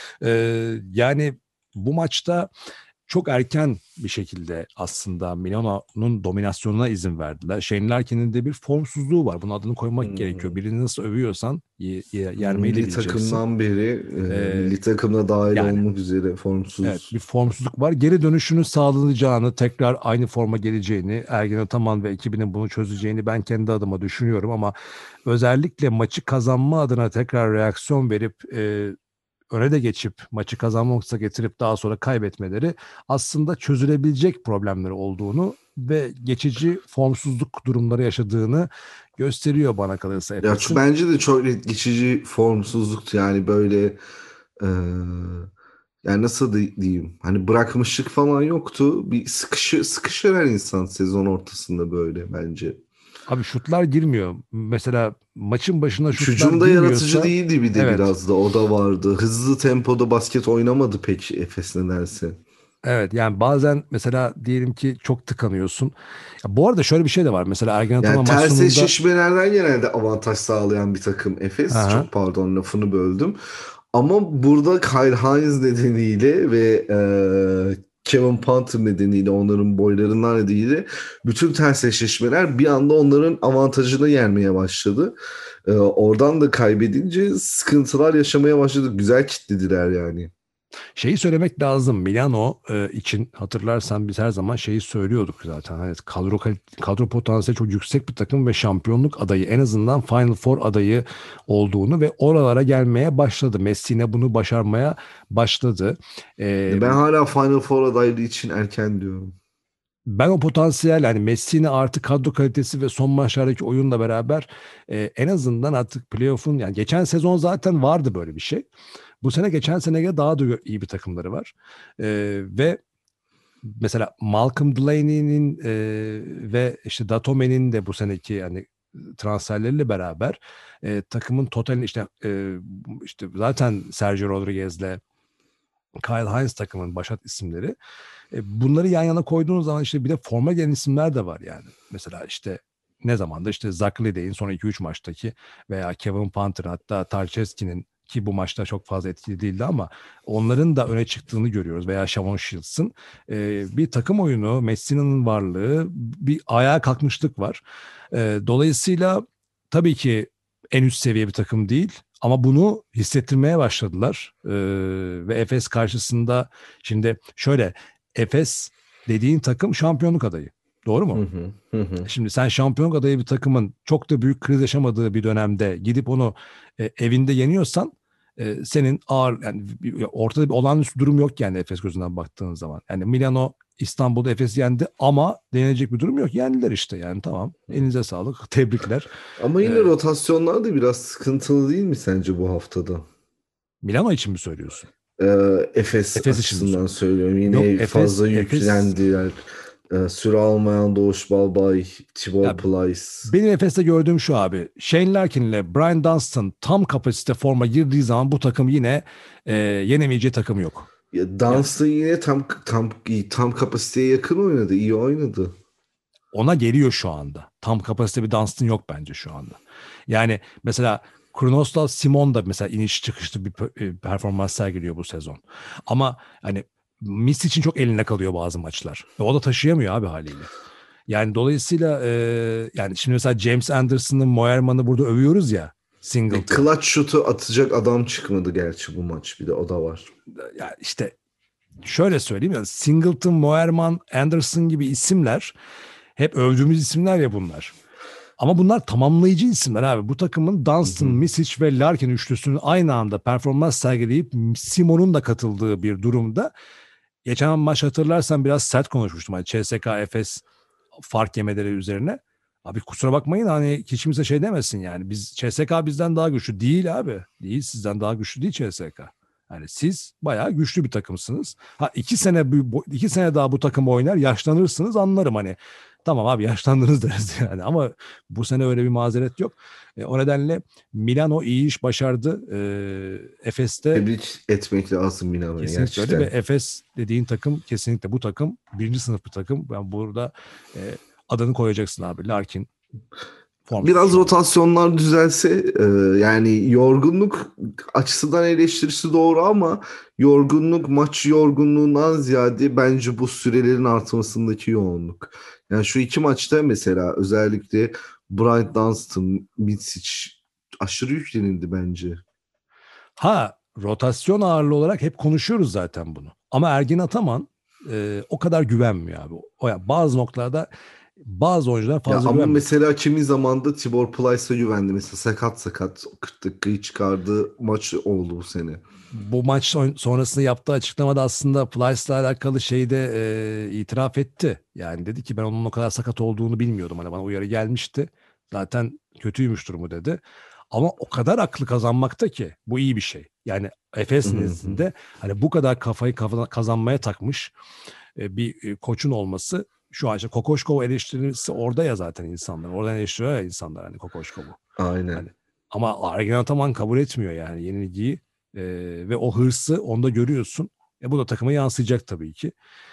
Yani bu maçta çok erken bir şekilde aslında Milano'nun dominasyonuna izin verdiler. Shane Larkin'in de bir formsuzluğu var. Bunun adını koymak gerekiyor. Birini nasıl övüyorsan yermeyi de Milli bileceksin. takımdan beri milli takımda dahil yani, olmak üzere formsuz. evet, bir formsuzluk var. Geri dönüşünü sağlanacağını, tekrar aynı forma geleceğini, Ergin Ataman ve ekibinin bunu çözeceğini ben kendi adıma düşünüyorum ama özellikle maçı kazanma adına tekrar reaksiyon verip öne de geçip maçı kazanma noktasına getirip daha sonra kaybetmeleri aslında çözülebilecek problemleri olduğunu ve geçici formsuzluk durumları yaşadığını gösteriyor bana kalırsa Ya Efes'in. bence de çok geçici formsuzluktu yani, böyle e, yani nasıl diyeyim, hani bırakmışlık falan yoktu. Bir sıkışır her insan sezon ortasında böyle bence. Abi şutlar girmiyor. Mesela maçın başına şutlar Hücumda yaratıcı girmiyorsa değildi, bir de evet. biraz da o da vardı. Hızlı tempoda basket oynamadı pek Efes nedense. Evet yani bazen mesela diyelim ki çok tıkanıyorsun. Ya bu arada şöyle bir şey de var. Mesela Ergin Yani Ataman maç ters sonunda eşleşmelerden genelde avantaj sağlayan bir takım Efes. aha, Çok pardon, lafını böldüm. Ama burada Kyle Hines nedeniyle ve Kevin Panther nedeniyle, onların boylarından nedeniyle bütün ters eşleşmeler bir anda onların avantajını yermeye başladı. Oradan da kaybedince sıkıntılar yaşamaya başladı. Güzel kitlediler yani. şeyi söylemek lazım. Milano için hatırlarsan biz her zaman şeyi söylüyorduk zaten. Hani kadro potansiyeli çok yüksek bir takım ve şampiyonluk adayı, en azından Final Four adayı olduğunu ve oralara gelmeye başladı. Messina bunu başarmaya başladı. Ben hala Final Four adaylığı için erken diyorum. Ben o potansiyel yani Messi'nin artı kadro kalitesi ve son maçlardaki oyunla beraber en azından artık playoff'un yani geçen sezon zaten vardı böyle bir şey. Bu sene geçen seneye daha da iyi bir takımları var. Ve mesela Malcolm Delaney'nin ve işte Datome'nin de bu seneki yani transferleriyle beraber takımın totalini işte zaten Sergio Rodriguez'le Kyle Hines takımın başat isimleri. Bunları yan yana koyduğunuz zaman işte bir de forma gelen isimler de var yani. Mesela işte ne zamandır işte Zach Lidey'in son 2-3 maçtaki veya Kevin Panther'ın hatta Tarczewski'nin ki bu maçta çok fazla etkili değildi ama onların da öne çıktığını görüyoruz veya Shavon Shields'ın. Bir takım oyunu, Messi'nin varlığı, bir ayağa kalkmışlık var. Dolayısıyla tabii ki en üst seviye bir takım değil ama bunu hissettirmeye başladılar. Ve Efes karşısında şimdi şöyle Efes dediğin takım şampiyonluk adayı. Doğru mu? Şimdi sen şampiyonluk adayı bir takımın çok da büyük kriz yaşamadığı bir dönemde gidip onu evinde yeniyorsan senin ağır yani ortada bir olağanüstü durum yok yani Efes gözünden baktığın zaman. Yani Milano İstanbul'da Efes yendi ama denilecek bir durum yok. Yendiler işte yani tamam. Elinize sağlık. Tebrikler. Ama yine rotasyonlar da biraz sıkıntılı değil mi sence bu haftada? Milano için mi söylüyorsun? Efes için mi açısından söylüyorum. Yine Yok, fazla yüklendiler. Süre almayan Doğuş Balbay, Tibor Plyce. Benim Efes'te gördüğüm şu abi. Shane Larkin ile Brian Dunstan tam kapasite forma girdiği zaman bu takım yine yenemeyeceği takım yok. Ya Dunstan yine tam kapasiteye yakın oynadı. İyi oynadı. Ona geliyor şu anda. Tam kapasite bir Dunstan yok bence şu anda. Yani mesela Kronos'la Simon da mesela iniş çıkışlı bir performans sergiliyor bu sezon. Ama hani Miss için çok elinde kalıyor bazı maçlar. Ve o da taşıyamıyor abi haliyle. Yani dolayısıyla yani şimdi mesela James Anderson'ın Moerman'ı burada övüyoruz ya. Singleton. Clutch şutu atacak adam çıkmadı gerçi bu maç. Bir de o da var. Yani işte şöyle söyleyeyim ya Singleton, Moerman, Anderson gibi isimler hep övdüğümüz isimler ya bunlar. Ama bunlar tamamlayıcı isimler abi. Bu takımın Dunstan, Misic ve Larkin üçlüsünün aynı anda performans sergileyip Simon'un da katıldığı bir durumda. Geçen maç hatırlarsan biraz sert konuşmuştum. Hani CSKA Efes fark yemeleri üzerine. Abi kusura bakmayın hani hiç kimse şey demesin yani. CSKA bizden daha güçlü. Değil abi. Değil sizden daha güçlü değil CSKA. Yani siz bayağı güçlü bir takımsınız. Ha 2 sene daha bu takım oynar yaşlanırsınız anlarım hani. Tamam abi yaşlandınız deriz yani ama bu sene öyle bir mazeret yok. O nedenle Milano iyi iş başardı. Efes'te tebrik etmek lazım Milano'ya kesinlikle gerçekten. öyle ve Efes dediğin takım kesinlikle bu takım birinci sınıf bir takım. Ben burada adını koyacaksın abi Larkin. Biraz rotasyonlar düzelse yani yorgunluk açısından eleştirisi doğru ama maç yorgunluğundan ziyade bence bu sürelerin artmasındaki yoğunluk. Yani şu 2 maçta mesela özellikle Brian Dunstan, Micic aşırı yüklenildi bence. Ha rotasyon ağırlığı olarak hep konuşuyoruz zaten bunu. Ama Ergin Ataman o kadar güvenmiyor abi. O yani bazı noktalarda bazı oyuncular fazla güvenmiyor. Ama mesela kimi zamanda Tibor Plyce'a güvendi. Mesela sakat 40 dakikayı çıkardığı maç oldu bu sene. Bu maç sonrasında yaptığı açıklamada aslında Plyce'la alakalı şeyde itiraf etti. Yani dedi ki ben onun o kadar sakat olduğunu bilmiyordum. Hani bana uyarı gelmişti. Zaten kötüymüş durumu dedi. Ama o kadar aklı kazanmakta ki bu iyi bir şey. Yani Efes nezdinde hani bu kadar kafayı kazanmaya takmış bir koçun olması şu an işte Kokoşkov eleştirisi orada ya zaten insanlar. Oradan eleştiriyor ya insanlar hani Kokoşkov'u. Aynen. Hani, ama Ergin Ataman kabul etmiyor yani yenilgiyi. Ve o hırsı onda görüyorsun. Bu da takıma yansıyacak tabii ki.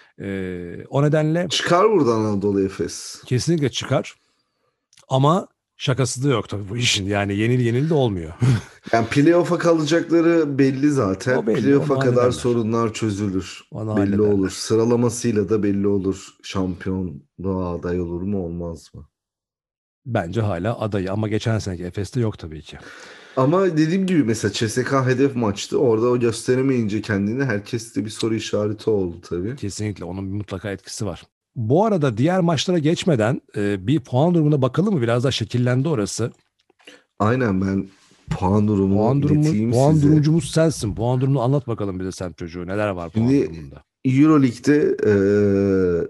O nedenle çıkar buradan Anadolu Efes. Kesinlikle çıkar. Ama şakası da yok tabii bu işin. Yani yenildi olmuyor. Yani playoff'a kalacakları belli zaten. O belli, Playoff'a onu kadar hallederler. sorunlar çözülür. Onu belli hallederler. olur. Sıralamasıyla da belli olur. Şampiyonluğa aday olur mu olmaz mı? Bence hala adayı ama geçen seneki Efes'te yok tabii ki. Ama dediğim gibi mesela CSKA hedef maçtı. Orada o gösteremeyince kendini herkeste bir soru işareti oldu tabii. Kesinlikle onun bir mutlaka etkisi var. Bu arada diğer maçlara geçmeden bir puan durumuna bakalım mı? Biraz daha şekillendi orası. Aynen ben puan durumunu puan size. durumcumuz sensin. Puan durumunu anlat bakalım bize sen çocuğu. Neler var puan Şimdi durumunda? Euroleague'de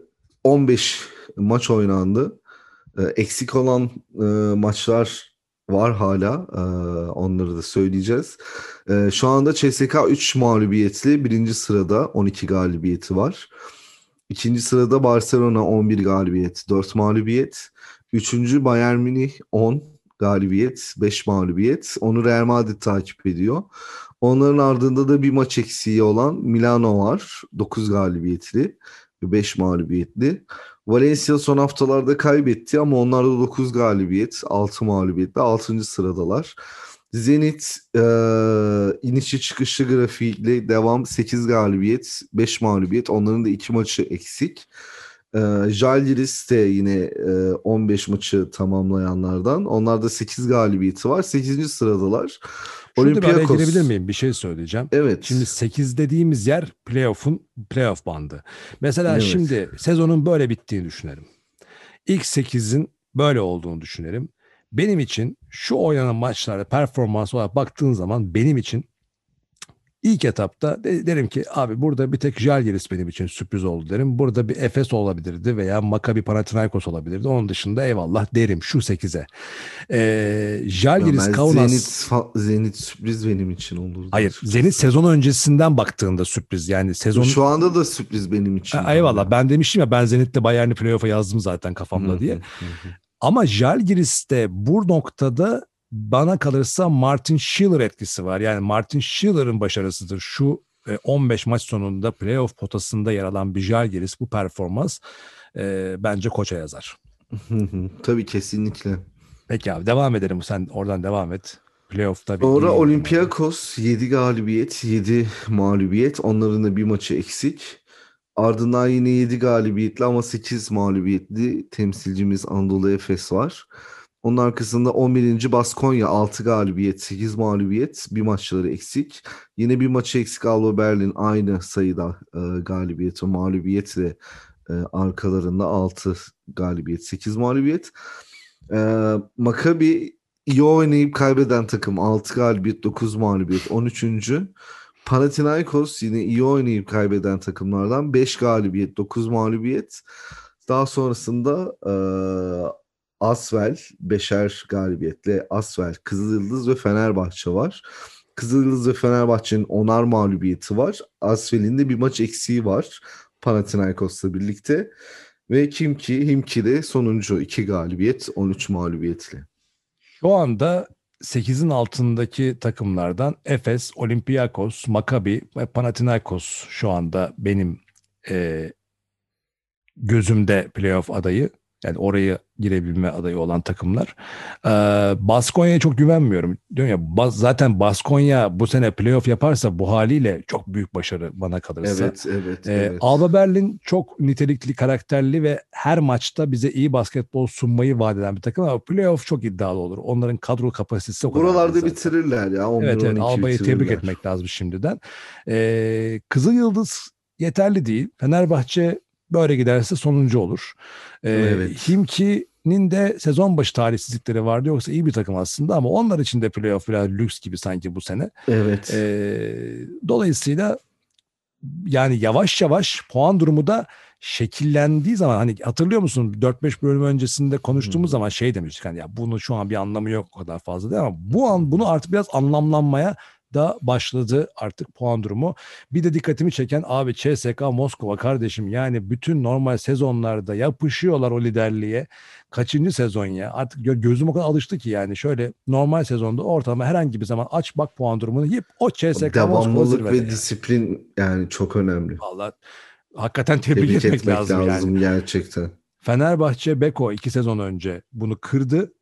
15 maç oynandı. Eksik olan maçlar var hala. Onları da söyleyeceğiz. Şu anda CSKA 3 mağlubiyetli. Birinci sırada 12 galibiyeti var. İkinci sırada Barcelona 11 galibiyet, 4 mağlubiyet. Üçüncü Bayern Münih 10 galibiyet, 5 mağlubiyet. Onu Real Madrid takip ediyor. Onların ardında da bir maç eksiği olan Milano var. 9 galibiyetli ve 5 mağlubiyetli. Valencia son haftalarda kaybetti ama onlar da 9 galibiyet, 6 mağlubiyetle 6. sıradalar. Zenit inişi çıkışı grafiğiyle devam, 8 galibiyet, 5 mağlubiyet. Onların da 2 maçı eksik. Žalgiris de yine 15 maçı tamamlayanlardan. Onlarda 8 galibiyeti var. 8. sıradalar. Şurada bir araya girebilir miyim? Bir şey söyleyeceğim. Evet. Şimdi 8 dediğimiz yer playoff bandı. Mesela Evet. şimdi sezonun böyle bittiğini düşünelim. İlk 8'in böyle olduğunu düşünelim. Benim için şu oynanan maçlarda performans olarak baktığın zaman benim için İlk etapta derim ki abi burada bir tek Žalgiris benim için sürpriz oldu derim. Burada bir Efes olabilirdi veya Maccabi Panathinaikos olabilirdi. Onun dışında eyvallah derim şu 8'e. Žalgiris Kaunas... Zenit sürpriz benim için olurdu. Hayır, Zenit sezon öncesinden baktığında sürpriz. Yani sezon... Şu anda da sürpriz benim için. Eyvallah, ben demiştim ya, ben Zenit'le Bayern'i playoff'a yazdım zaten kafamda diye. Ama Žalgiris'te bu noktada bana kalırsa Martin Schiller etkisi var. Yani Martin Schiller'ın başarısıdır. Şu 15 maç sonunda playoff potasında yer alan bir Žalgiris, bu performans bence koça yazar. Tabii, kesinlikle. Peki abi, devam edelim. Sen oradan devam et. Playoff'ta bir Sonra Olympiakos 7 galibiyet, 7 mağlubiyet. Onların da bir maçı eksik. Ardından yine 7 galibiyetli ama 8 mağlubiyetli temsilcimiz Anadolu Efes var. Onun arkasında 11. Baskonya 6 galibiyet, 8 mağlubiyet, bir maçları eksik. Yine bir maçı eksik Alba Berlin, aynı sayıda galibiyet ve mağlubiyetle arkalarında 6 galibiyet, 8 mağlubiyet. Maccabi iyi oynayıp kaybeden takım, 6 galibiyet, 9 mağlubiyet, 13. Panathinaikos yine iyi oynayıp kaybeden takımlardan, 5 galibiyet, 9 mağlubiyet. Daha sonrasında Asvel 5'er galibiyetle Asvel, Kızılyıldız ve Fenerbahçe var. Kızılyıldız ve Fenerbahçe'nin 10'ar mağlubiyeti var. Asvel'in de bir maç eksiği var Panathinaikos'la birlikte. Ve Himki de sonuncu, 2 galibiyet, 13 mağlubiyetle. Şu anda 8'in altındaki takımlardan Efes, Olympiakos, Maccabi ve Panathinaikos şu anda benim gözümde playoff adayı. Yani oraya girebilme adayı olan takımlar. Baskonya'ya çok güvenmiyorum. Diyorum ya, zaten Baskonya bu sene playoff yaparsa bu haliyle çok büyük başarı bana kalırsa. Evet. Alba Berlin çok nitelikli, karakterli ve her maçta bize iyi basketbol sunmayı vaat eden bir takım ama playoff çok iddialı olur. Onların kadro kapasitesi o kadar. Buralarda bitirirler ya. Evet, Alba'yı tebrik etmek lazım şimdiden. Kızılyıldız yeterli değil. Fenerbahçe böyle giderse sonuncu olur. Evet. Himki'nin de sezon başı talihsizlikleri vardı. Yoksa iyi bir takım aslında ama onlar için de playoff biraz lüks gibi sanki bu sene. Evet. Dolayısıyla yani yavaş yavaş puan durumu da şekillendiği zaman, hani hatırlıyor musun 4-5 bölüm öncesinde konuştuğumuz zaman şey demiştik, hani ya bunu şu an bir anlamı yok o kadar fazla değil ama bunu artık biraz anlamlanmaya da başladı artık puan durumu. Bir de dikkatimi çeken abi CSKA Moskova kardeşim, yani bütün normal sezonlarda yapışıyorlar o liderliğe. Kaçıncı sezon ya? Artık gözüm o kadar alıştı ki, yani şöyle normal sezonda ortalama herhangi bir zaman aç bak puan durumunu, hep o CSKA Moskova zirvede. Devamlılık ve disiplin yani çok önemli. Vallahi hakikaten tebrik etmek lazım yani. Gerçekten. Fenerbahçe Beko 2 sezon önce bunu kırdı.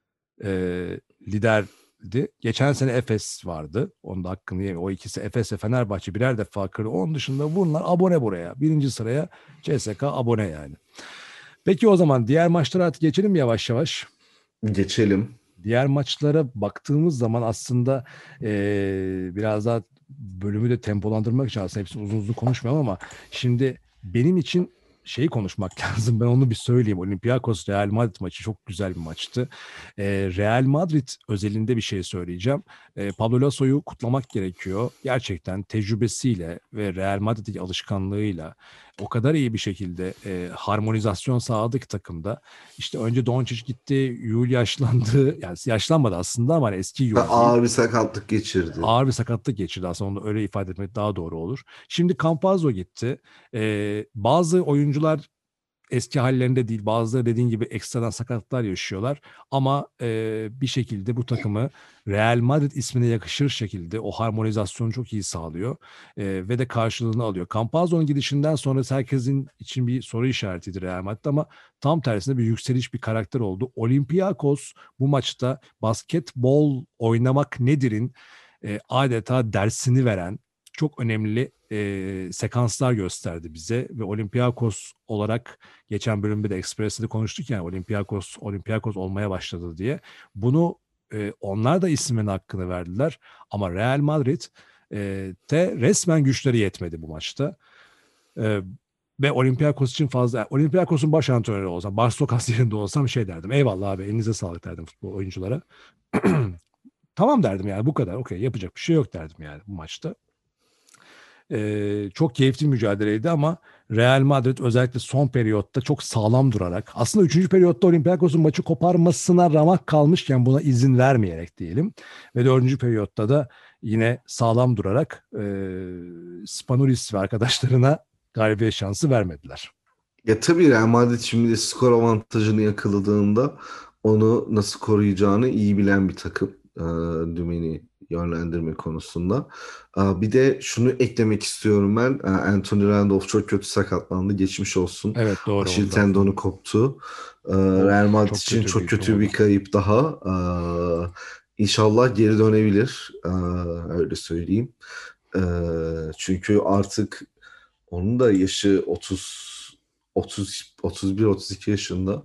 Liderdi. Geçen sene Efes vardı. Onun da hakkını yemiyor. O ikisi, Efes ve Fenerbahçe, birer defa kırdı. Onun dışında bunlar abone buraya. Birinci sıraya CSKA abone yani. Peki o zaman diğer maçlara artık geçelim yavaş yavaş. Geçelim. Diğer maçlara baktığımız zaman aslında biraz daha bölümü de tempolandırmak için aslında hepsini uzun uzun konuşmuyorum ama şimdi benim için şeyi konuşmak lazım. Ben onu bir söyleyeyim. Olympiakos Real Madrid maçı çok güzel bir maçtı. Real Madrid özelinde bir şey söyleyeceğim. Pablo Lasso'yu kutlamak gerekiyor. Gerçekten tecrübesiyle ve Real Madrid'deki alışkanlığıyla o kadar iyi bir şekilde harmonizasyon sağladı ki takımda. İşte önce Doncic gitti, Yul yaşlandı. Yani yaşlanmadı aslında ama hani eski Yul değil. Ağır bir sakatlık geçirdi. Ağır bir sakatlık geçirdi aslında, onu öyle ifade etmek daha doğru olur. Şimdi Campazzo gitti. Bazı oyuncular eski hallerinde değil. Bazıları dediğin gibi ekstradan sakatlıklar yaşıyorlar. Ama bir şekilde bu takımı Real Madrid ismine yakışır şekilde o harmonizasyonu çok iyi sağlıyor. Ve de karşılığını alıyor. Campazzo'nun gidişinden sonra herkesin için bir soru işaretiydi Real Madrid ama tam tersine bir yükseliş, bir karakter oldu. Olympiakos bu maçta basketbol oynamak nedir'in adeta dersini veren çok önemli sekanslar gösterdi bize ve Olympiakos olarak geçen bölümde de Express'te de konuştuk yani Olympiakos olmaya başladı diye. Bunu onlar da ismin hakkını verdiler ama Real Madrid de resmen güçleri yetmedi bu maçta. Ve Olympiakos için fazla, Olympiakos'un baş antrenörü olsam, Barstokas yerinde olsam şey derdim. Eyvallah abi, elinize sağlık derdim futbol oyunculara. Tamam derdim yani, bu kadar. Okey, yapacak bir şey yok derdim yani bu maçta. Çok keyifli mücadeleydi ama Real Madrid özellikle son periyotta çok sağlam durarak, aslında 3. periyotta Olympiakos'un maçı koparmasına ramak kalmışken buna izin vermeyerek diyelim ve 4. periyotta da yine sağlam durarak Spanulis ve arkadaşlarına galibiyet şansı vermediler. Ya tabii Real Madrid şimdi de skor avantajını yakaladığında onu nasıl koruyacağını iyi bilen bir takım. Dümeni yönlendirme konusunda. Bir de şunu eklemek istiyorum ben. Anthony Randolph çok kötü sakatlandı. Geçmiş olsun. Evet, doğru. Aşil tendonu koptu. Real Madrid için çok kötü bir kayıp daha. İnşallah geri dönebilir. Öyle söyleyeyim. Çünkü artık onun da yaşı 31-32 yaşında.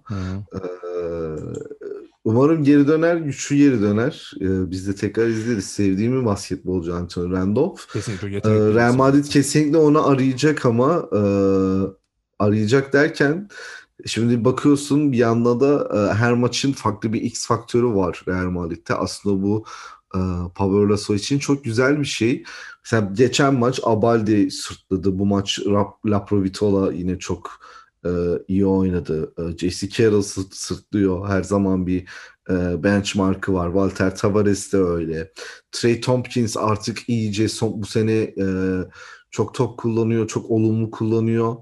Umarım geri döner, güçlü geri döner. Biz de tekrar izleriz. Sevdiğim bir basketbolcu Anthony Randolph. Kesinlikle Real Madrid kesinlikle onu arayacak ama arayacak derken şimdi bakıyorsun bir yanda da her maçın farklı bir X faktörü var Real Madrid'de. Aslında bu Pablo Laso için çok güzel bir şey. Mesela geçen maç Abalde sırtladı. Bu maç Laprovitola yine çok iyi oynadı. J.C. Carroll sırtlıyor. Her zaman bir benchmark'ı var. Walter Tavares de öyle. Trey Tompkins artık iyice bu sene çok top kullanıyor. Çok olumlu kullanıyor.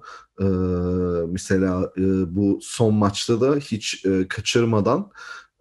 Mesela bu son maçta da hiç kaçırmadan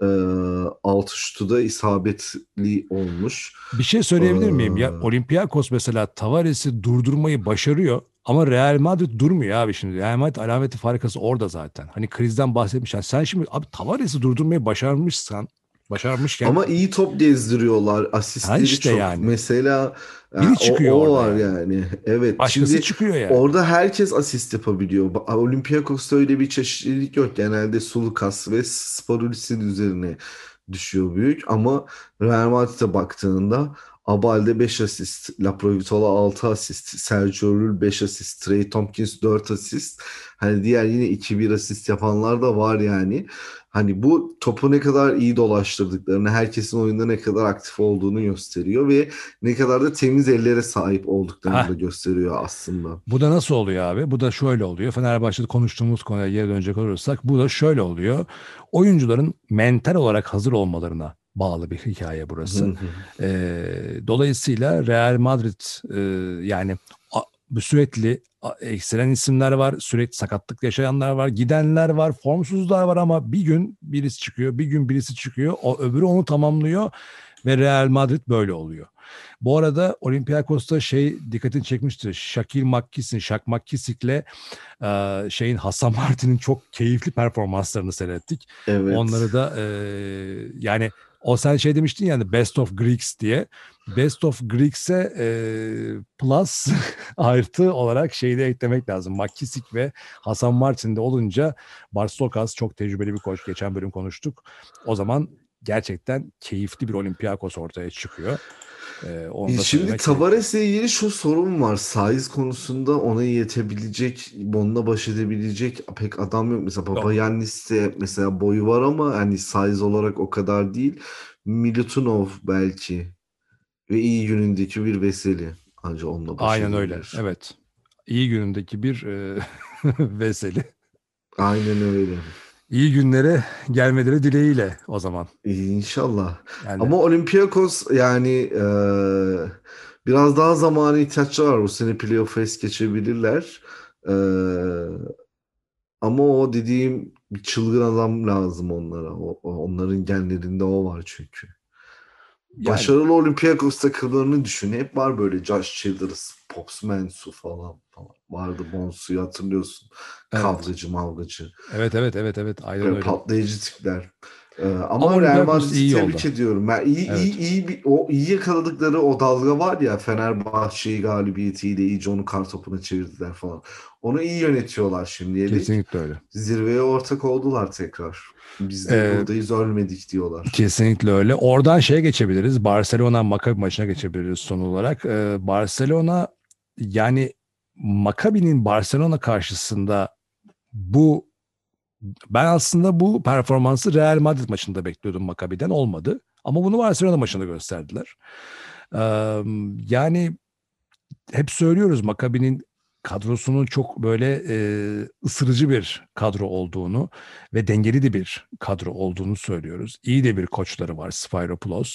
6 şutu da isabetli olmuş. Bir şey söyleyebilir miyim? Ya Olympiakos mesela Tavares'i durdurmayı başarıyor ama Real Madrid durmuyor abi şimdi. Real Madrid alameti farikası orada zaten. Hani krizden bahsetmişken sen şimdi abi Tavares'i durdurmayı başarmışken ama iyi top gezdiriyorlar. Asistleri işte çok. yani. Mesela Biri çıkıyor o orada var yani. yani. Evet. Başkası Şimdi çıkıyor yani. orada herkes asist yapabiliyor. Olympiakos'ta öyle bir çeşitlilik yok. Genelde Sulukas ve Spanulis'in üzerine düşüyor büyük ama Real Madrid'e baktığında Abalde 5 asist, Laprovitola 6 asist, Sergio Llull 5 asist, Trey Tompkins 4 asist. Hani diğer yine 2-1 asist yapanlar da var yani. Hani bu topu ne kadar iyi dolaştırdıklarını, herkesin oyunda ne kadar aktif olduğunu gösteriyor ve ne kadar da temiz ellere sahip olduklarını da gösteriyor aslında. Bu da nasıl oluyor abi? Bu da şöyle oluyor. Fenerbahçe'de konuştuğumuz konuya geri dönecek olursak bu da şöyle oluyor. Oyuncuların mental olarak hazır olmalarına bağlı bir hikaye burası. Dolayısıyla Real Madrid yani sürekli ekselen isimler var, sürekli sakatlık yaşayanlar var, gidenler var, formsuzlar var ama bir gün birisi çıkıyor, bir gün birisi çıkıyor, o öbürü onu tamamlıyor ve Real Madrid böyle oluyor. Bu arada Olympiakos'ta dikkatini çekmiştir. Shaq McKissick'le Hasan Martin'in çok keyifli performanslarını seyrettik. Evet. Onları da yani sen demiştin yani Best of Greeks diye. Best of Greeks'e plus artı olarak de eklemek lazım. McKissick ve Hasan Martin'de olunca Barstokas çok tecrübeli bir koç. Geçen bölüm konuştuk. O zaman gerçekten keyifli bir Olympiakos ortaya çıkıyor. Şimdi Tavares'le ilgili şu sorun var. Size konusunda ona yetebilecek, onunla baş edebilecek pek adam yok. Mesela Papayannis'te mesela boyu var ama hani size olarak o kadar değil. Milutinov belki ve iyi günündeki bir Veseli. Ancak onunla baş Aynen edebilir. öyle. Evet. iyi günündeki bir Veseli. Aynen öyle. İyi günlere gelmeleri dileğiyle o zaman. İnşallah. Yani Ama Olympiakos yani biraz daha zamana ihtiyaçları var. Bu sene playoff'a es geçebilirler. E, Ama o dediğim bir çılgın adam lazım onlara. Onların genlerinde o var çünkü. yani Başarılı Olympiakos takımlarını düşün. Hep var böyle Josh Childress, Pops Mensu falan. Vardı Bonsu'yu hatırlıyorsun. evet. Kavgacı mavgacı. Evet, aynen öyle. Patlayıcı tipler. Ama Ama Real Olympiakos Madrid'i iyi yolda. tebrik ediyorum. Ben Evet. o iyi yakaladıkları o dalga var ya, Fenerbahçe'yi galibiyetiyle iyice onu kartopuna çevirdiler falan. Onu iyi yönetiyorlar şimdilik. Kesinlikle öyle. Zirveye ortak oldular tekrar. Biz de Ee, buradayız, ölmedik diyorlar. Kesinlikle öyle. Oradan şeye geçebiliriz. Barcelona Maccabi maçına geçebiliriz son olarak. Barcelona, yani Maccabi'nin Barcelona karşısında bu ben aslında bu performansı Real Madrid maçında bekliyordum, Maccabi'den olmadı. Ama bunu Barcelona maçında gösterdiler. Ee, Yani hep söylüyoruz Maccabi'nin kadrosunun çok böyle ısırıcı bir kadro olduğunu ve dengeli de bir kadro olduğunu söylüyoruz. İyi de bir koçları var, Spyropoulos.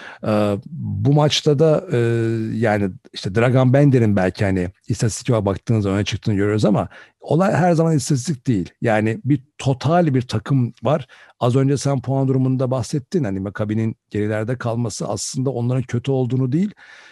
Bu maçta da yani işte Dragan Bender'in belki hani istatistike baktığınızda öne çıktığını görüyoruz ama olay her zaman istatistik değil. Yani bir total bir takım var. Az önce sen puan durumunda bahsettin. Hani Maccabi'nin gerilerde kalması aslında onların kötü olduğunu değil,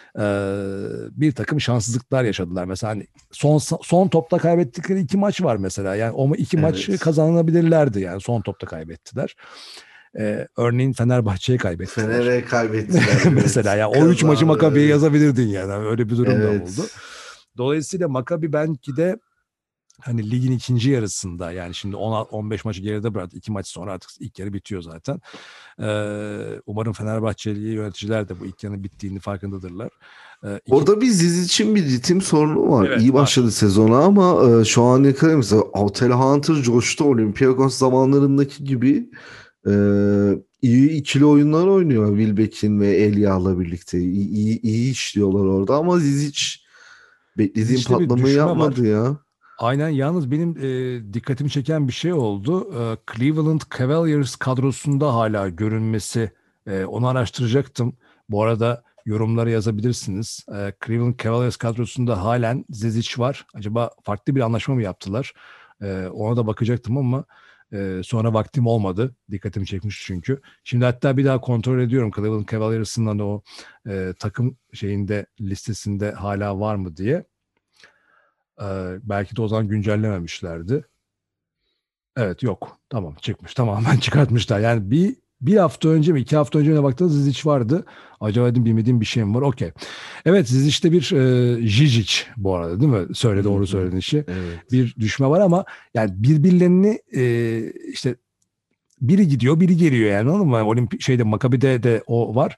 bir takım şanssızlıklar yaşadılar. Mesela hani son topta kaybettikleri 2 maç var mesela. Yani o 2 maçı Evet. kazanabilirlerdi, yani son topta kaybettiler. Örneğin Fenerbahçe'ye kaybettiler. Fener'e kaybettiler, Mesela evet. ya o 3 maçı Kaza, Maccabi'ye evet. yazabilirdin yani. Öyle bir durum da oldu. Evet. Dolayısıyla Maccabi belki de hani ligin ikinci yarısında, yani şimdi 10-15 maçı geride bıraktı. 2 maç sonra artık ilk yarı bitiyor zaten. Umarım Fenerbahçeli yöneticiler de bu ilk yarının bittiğini farkındadırlar. Orada bir Zizic'in bir ritim sorunu var. Evet, İyi var. başladı sezona ama şu an yakaladım. Mesela Altel Hunter coştu. Olympiakos zamanlarındaki gibi e, iyi ikili oyunlar oynuyor. Wilbeck'in ve Elia'la birlikte. İyi işliyorlar orada ama Zizic beklediğim Zizic'te bir patlamayı düşme var. yapmadı ya. Aynen, yalnız benim dikkatimi çeken bir şey oldu. Cleveland Cavaliers kadrosunda hala görünmesi, onu araştıracaktım. Bu arada yorumlara yazabilirsiniz. Cleveland Cavaliers kadrosunda halen Zizic var. Acaba farklı bir anlaşma mı yaptılar? Ona da bakacaktım ama sonra vaktim olmadı. Dikkatimi çekmiş çünkü. Şimdi hatta bir daha kontrol ediyorum Cleveland Cavaliers'ın hani o takım şeyinde, listesinde hala var mı diye. Belki de o zaman güncellememişlerdi. Evet, yok. Tamam, çıkmış. Tamamen çıkartmışlar. Yani bir hafta önce mi 2 hafta önce mi baktığınız Zizic vardı. Acaba dedim bilmediğim bir şey mi var? Okey. Evet, Zizic'te bir Žižić bu arada, değil mi? Hı Doğru hı. söylediğin işi. Evet. Bir düşme var ama yani birbirlerini işte biri gidiyor biri geliyor, yani anladın mı? Maccabi'de de o var.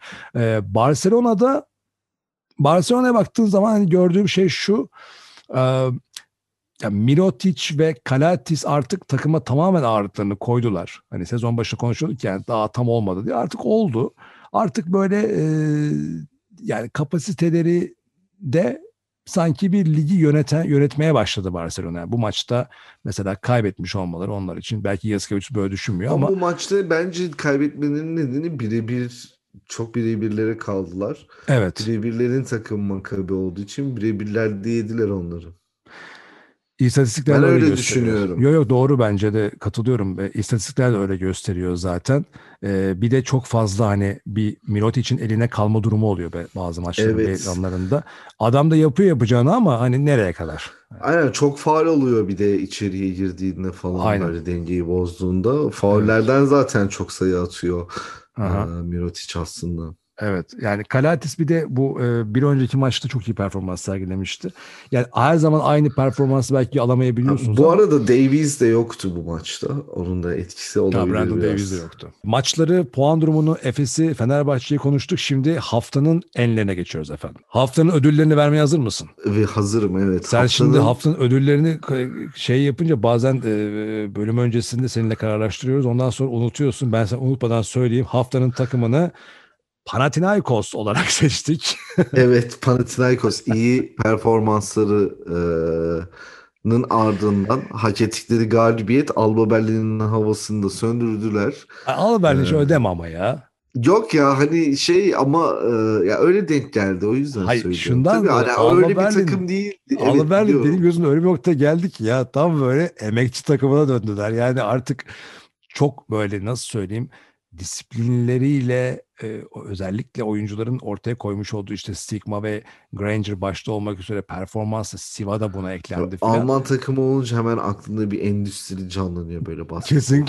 Barcelona'ya baktığın zaman hani gördüğüm şey şu. E, Ya Mirotic ve Kalatis artık takıma tamamen ağırlıklarını koydular. Hani sezon başı konuşuyorduk yani daha tam olmadı diye. Artık oldu. Artık böyle yani kapasiteleri de sanki bir ligi yönetmeye başladı Barcelona. Yani bu maçta mesela kaybetmiş olmaları onlar için, belki Yasikevicius böyle düşünmüyor Ama ama bu maçta bence kaybetmenin nedeni birebir, çok birebirlere kaldılar. evet. Birebirlerin takım Maccabi olduğu için birebirler yediler onları. İstatistikler Ben de öyle öyle gösteriyor. düşünüyorum. Yok yok, doğru, bence de katılıyorum. İstatistikler de öyle gösteriyor zaten. Bir de çok fazla hani bir Mirotic'in eline kalma durumu oluyor bazı maçların belli Evet. anlarında. Adam da yapıyor yapacağını ama hani nereye kadar? Aynen, çok faul oluyor bir de içeriye girdiğinde falan, Aynen. böyle dengeyi bozduğunda. Evet. Faullerden zaten çok sayı atıyor Aha. Mirotic aslında. Evet, yani Kalatis bir de bu bir önceki maçta çok iyi performans sergilemişti. Yani her zaman aynı performansı belki alamayabiliyorsunuz Bu ama arada Davies de yoktu bu maçta. Onun da etkisi olabilir Brandon Davies de biraz. yoktu. Maçları, puan durumunu, Efes'i, Fenerbahçe'yi konuştuk. Şimdi haftanın enlerine geçiyoruz efendim. Haftanın ödüllerini vermeye hazır mısın? Ve hazırım, evet. Sen şimdi Haftanın haftanın ödüllerini şey yapınca bazen bölüm öncesinde seninle kararlaştırıyoruz. Ondan sonra unutuyorsun. Ben sana unutmadan söyleyeyim. Haftanın takımını Panathinaikos olarak seçtik. Evet, Panathinaikos iyi performanslarının ardından hak ettikleri galibiyet Alba Berlin'in havasını da söndürdüler. Alba Ee, Berlin şöyle deme ama ya. Yok ya hani şey ama ya öyle denk geldi o yüzden Hayır, söylüyorum. şundan Tabii dolayı hani öyle bir takım değil. Alba Evet Berlin benim biliyorum. gözümde öyle bir nokta geldi ki ya tam böyle emekçi takımına döndüler. Yani artık çok böyle nasıl söyleyeyim disiplinleriyle özellikle oyuncuların ortaya koymuş olduğu işte Stigma ve Granger başta olmak üzere performansı Siva da buna eklendi filan. Alman takımı olunca hemen aklında bir endüstri canlanıyor böyle basketbol. Kesinlikle.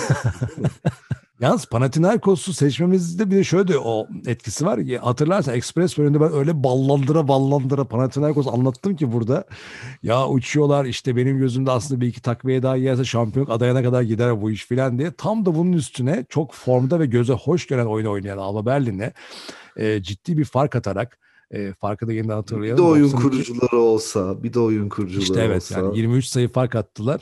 Yalnız Panathinaikos'u seçmemizde bir de şöyle de o etkisi var. Hatırlarsan Express bölümünde ben öyle ballandıra Panathinaikos anlattım ki burada. Ya uçuyorlar işte benim gözümde aslında bir iki takviye daha gelse şampiyonluk adayına kadar gider bu iş filan diye. Tam da bunun üstüne çok formda ve göze hoş gelen oyunu oynayan Alba Berlin'e ciddi bir fark atarak farkı da yeniden Bir de hatırlayalım. oyun 92 kurucuları olsa, bir de oyun işte kurucuları evet olsa. yani 23 sayı fark attılar.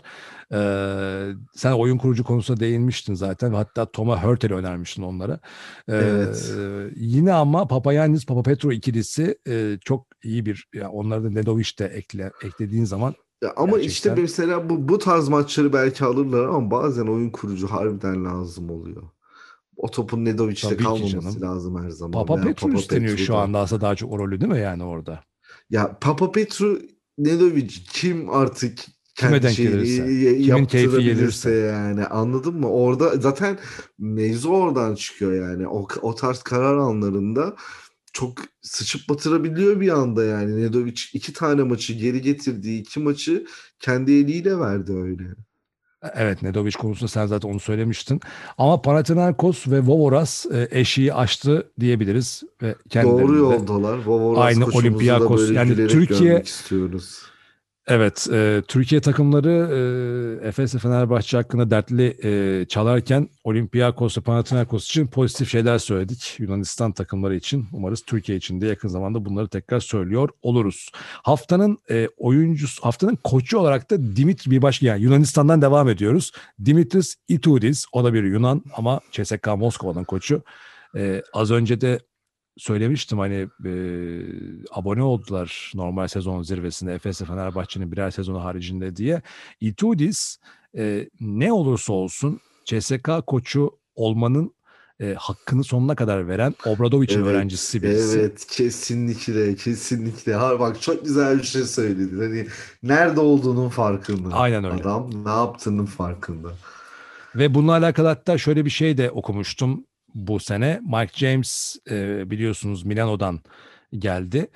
Sen oyun kurucu konusunda değinmiştin zaten. Hatta Toma Hurtel'i önermiştin onlara. Evet. Yine ama Papagiannis, Papapetro ikilisi çok iyi bir yani onları da Nedovic de eklediğin zaman Ya ama işte gerçekten mesela bu tarz maçları belki alırlar ama bazen oyun kurucu harbiden lazım oluyor. O topun Nedovic'te tabii ki kalmaması canım. lazım her zaman Papa veya Petru Papa isteniyor şu Petru'da. anda aslında daha çok o rolü değil mi yani orada? Ya Papa Petru, Nedovic kim artık Kime kendi denk şeyini gelirse, kimin keyfi yaptırabilirse gelirse. yani anladın mı? Orada zaten mevzu oradan çıkıyor yani. O tarz karar anlarında çok sıçıp batırabiliyor bir anda yani. Nedovic iki tane maçı geri getirdiği iki maçı kendi eliyle verdi öyle. Evet, Nedovic konusunda sen zaten onu söylemiştin. Ama Panathinaikos ve Vovoras eşiği aştı diyebiliriz ve Doğru kendilerini de yoldalar. Vovoras aynı koçumuzu da Olympiakos böyle yani gülerek görmek istiyoruz. Evet, Türkiye takımları Efes ve Fenerbahçe hakkında dertli çalarken Olympiakos ve Panathinaikos için pozitif şeyler söyledik. Yunanistan takımları için umarız Türkiye için de yakın zamanda bunları tekrar söylüyor oluruz. Haftanın oyuncusu, haftanın koçu olarak da Dimitri bir başka yani Yunanistan'dan devam ediyoruz. Dimitris Itoudis, o da bir Yunan ama CSKA Moskova'nın koçu. Az önce de söylemiştim hani abone oldular normal sezon zirvesinde Efes ve Fenerbahçe'nin birer sezonu haricinde diye. Itoudis ne olursa olsun CSKA koçu olmanın hakkını sonuna kadar veren Obradovic'in Evet, öğrencisi birisi. evet, kesinlikle, kesinlikle. Ha, bak çok güzel bir şey söyledin. Hani nerede olduğunun farkında. Aynen öyle. Adam ne yaptığının farkında. Ve bununla alakalı hatta şöyle bir şey de okumuştum bu sene. Mike James biliyorsunuz Milano'dan geldi.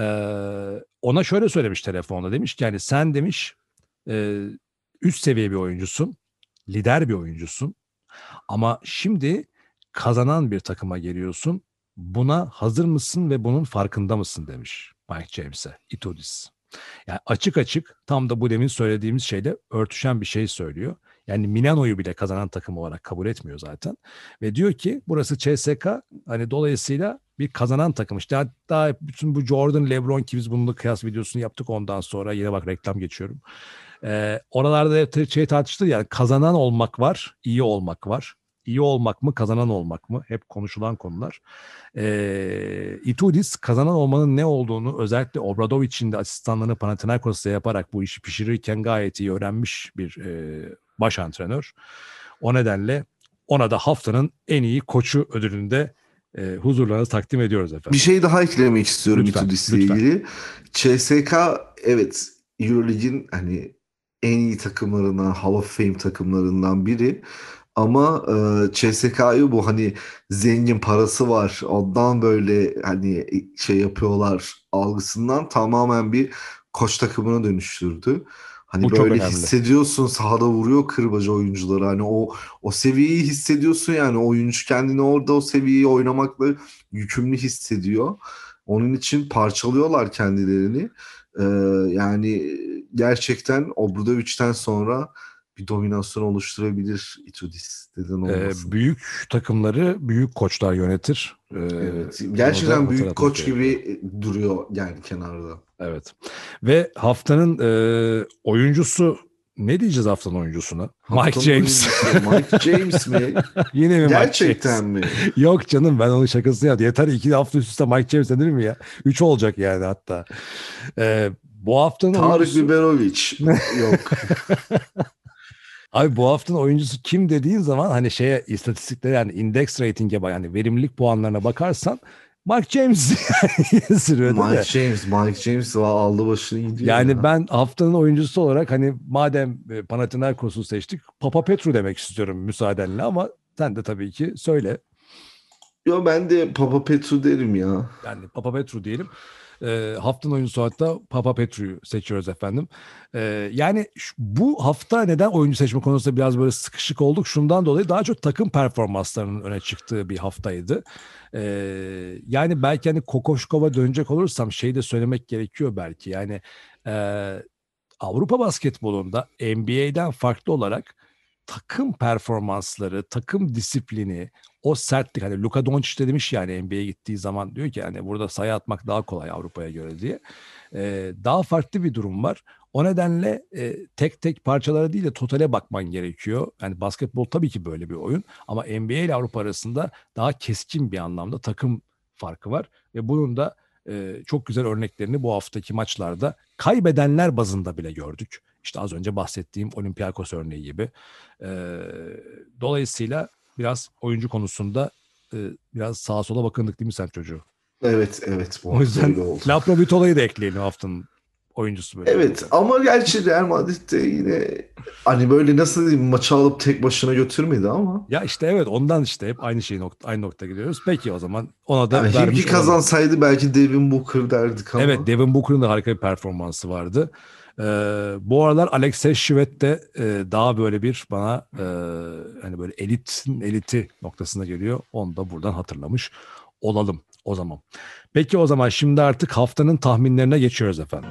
Ona şöyle söylemiş telefonda demiş ki yani sen demiş e, üst seviye bir oyuncusun, lider bir oyuncusun ama şimdi kazanan bir takıma geliyorsun. Buna hazır mısın ve bunun farkında mısın demiş Mike James'e Itoudis. Yani açık açık tam da bu demin söylediğimiz şeyle örtüşen bir şey söylüyor. Yani Milano'yu bile kazanan takım olarak kabul etmiyor zaten. Ve diyor ki burası CSKA hani dolayısıyla bir kazanan takım. İşte hatta bütün bu Jordan, LeBron ki biz bununla kıyas videosunu yaptık ondan sonra yine bak reklam geçiyorum. Oralarda şey tartıştı yani kazanan olmak var, iyi olmak var. İyi olmak mı, kazanan olmak mı? Hep konuşulan konular. Itoudis kazanan olmanın ne olduğunu özellikle Obradovic'in de asistanlığını Panathinaikos'ta yaparak bu işi pişirirken gayet iyi öğrenmiş bir baş antrenör. O nedenle ona da haftanın en iyi koçu ödülünü de huzurlarınızı takdim ediyoruz Bir efendim. şey daha eklemek istiyorum Lütfen, Itudis'le lütfen. ilgili. CSK evet Euroleague'in hani en iyi takımlarından, Hall of Fame takımlarından biri. Ama CSK'yı bu hani zengin parası var. Ondan böyle hani şey yapıyorlar algısından tamamen bir koç takımına dönüştürdü. Hani Bu çok böyle önemli. hissediyorsun sahada vuruyor kırbacı oyuncuları. Hani o seviyeyi hissediyorsun yani oyuncu kendini orada o seviyeyi oynamakla yükümlü hissediyor. Onun için parçalıyorlar kendilerini. Ee, yani gerçekten Obradovic'ten sonra bir dominasyon oluşturabilir Itudis. Neden olmasın? Büyük takımları büyük koçlar yönetir. Evet. Bunu da Gerçekten büyük hatırlatmak koç gerekiyor. gibi duruyor yani kenarda. Evet. Ve haftanın oyuncusu ne diyeceğiz haftanın oyuncusuna? Mike Haftanın James. oyuncusu Mike James mi? Yine mi Gerçekten Mike James? mi? Yok canım, ben onun şakasını yaptım. Yeter 2 hafta üst üste Mike James denir mi ya? 3 olacak yani hatta. Bu haftanın Tarık oyuncusu... Biberovic. Yok. Abi bu haftanın oyuncusu kim dediğin zaman hani istatistiklere, yani index rating'e yani verimlilik puanlarına bakarsan Mike James yani zirvede de. Mike James aldı başını gidiyor Yani ya. ben haftanın oyuncusu olarak hani madem Panathinaikos'u seçtik, Papapetru demek istiyorum müsaadenle, ama sen de tabii ki söyle. Yo, ben de Papapetru derim ya. Yani Papapetru diyelim. Haftanın oyuncusu hatta Papapetru'yu seçiyoruz efendim. Yani bu hafta neden oyuncu seçme konusunda biraz böyle sıkışık olduk? Şundan dolayı daha çok takım performanslarının öne çıktığı bir haftaydı. Yani belki hani Kokoşkov'a dönecek olursam şey de söylemek gerekiyor belki. Yani Avrupa basketbolunda NBA'den farklı olarak takım performansları, takım disiplini, o sertlik, hani Luka Doncic de demiş yani NBA'ye gittiği zaman, diyor ki yani burada sayı atmak daha kolay Avrupa'ya göre diye. Daha farklı bir durum var. O nedenle tek tek parçalara değil de totale bakman gerekiyor. Yani basketbol tabii ki böyle bir oyun, ama NBA ile Avrupa arasında daha keskin bir anlamda takım farkı var ve bunun da çok güzel örneklerini bu haftaki maçlarda kaybedenler bazında bile gördük. İşte az önce bahsettiğim Olympiakos örneği gibi. Dolayısıyla biraz oyuncu konusunda biraz sağa sola bakındık değil mi sen çocuğu? Evet, bu O yüzden öyle oldu. Laprovitola'yı da ekleyelim haftanın oyuncusu böyle. Evet, ama gerçi Real Madrid de yine hani böyle nasıl diyeyim, maçı alıp tek başına götürmedi ama. Ya işte evet, ondan işte hep aynı nokta gidiyoruz. Peki o zaman ona da Yani vermiş Himki olalım. kazansaydı belki Devin Booker derdik ama. Evet, Devin Booker'ın da harika bir performansı vardı. Bu aralar Alexei Şivet de daha böyle bir bana hani böyle eliti noktasına geliyor. Onu da buradan hatırlamış olalım o zaman. Peki o zaman şimdi artık haftanın tahminlerine geçiyoruz efendim.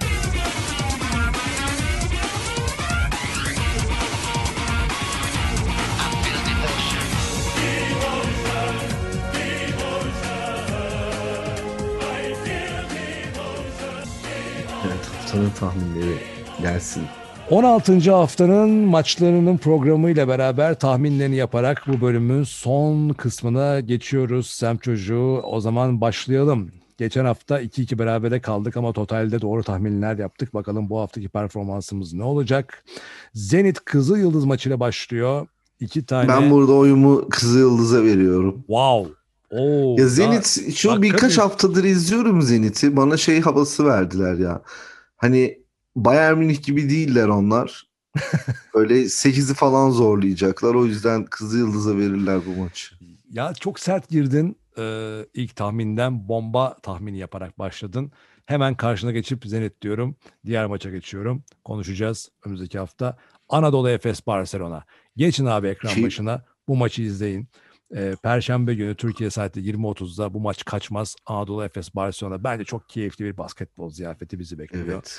Evet, haftanın tahminleri gelsin. 16. haftanın maçlarının programıyla beraber tahminlerini yaparak bu bölümün son kısmına geçiyoruz. Sem çocuğu, o zaman başlayalım. Geçen hafta 2-2 berabere kaldık ama totalde doğru tahminler yaptık. Bakalım bu haftaki performansımız ne olacak? Zenit Kızılyıldız maçıyla başlıyor. 2 tane. Ben burada oyumu Kızılyıldız'a veriyorum. Wow. Oo, Ya Zenit şu birkaç haftadır izliyorum Zenit'i. Bana şey havası verdiler ya. Hani Bayern Münih gibi değiller onlar. Öyle 8'i falan zorlayacaklar. O yüzden Kızılyıldız'a verirler bu maçı. Ya çok sert girdin. İlk tahminden bomba tahmini yaparak başladın. Hemen karşına geçip Zenit diyorum. Diğer maça geçiyorum. Konuşacağız önümüzdeki hafta. Anadolu Efes Barcelona. Geçin abi ekran başına. Bu maçı izleyin. Perşembe günü Türkiye saati 20.30'da bu maç kaçmaz. Anadolu Efes Barcelona. Bence çok keyifli bir basketbol ziyafeti bizi bekliyor. Evet.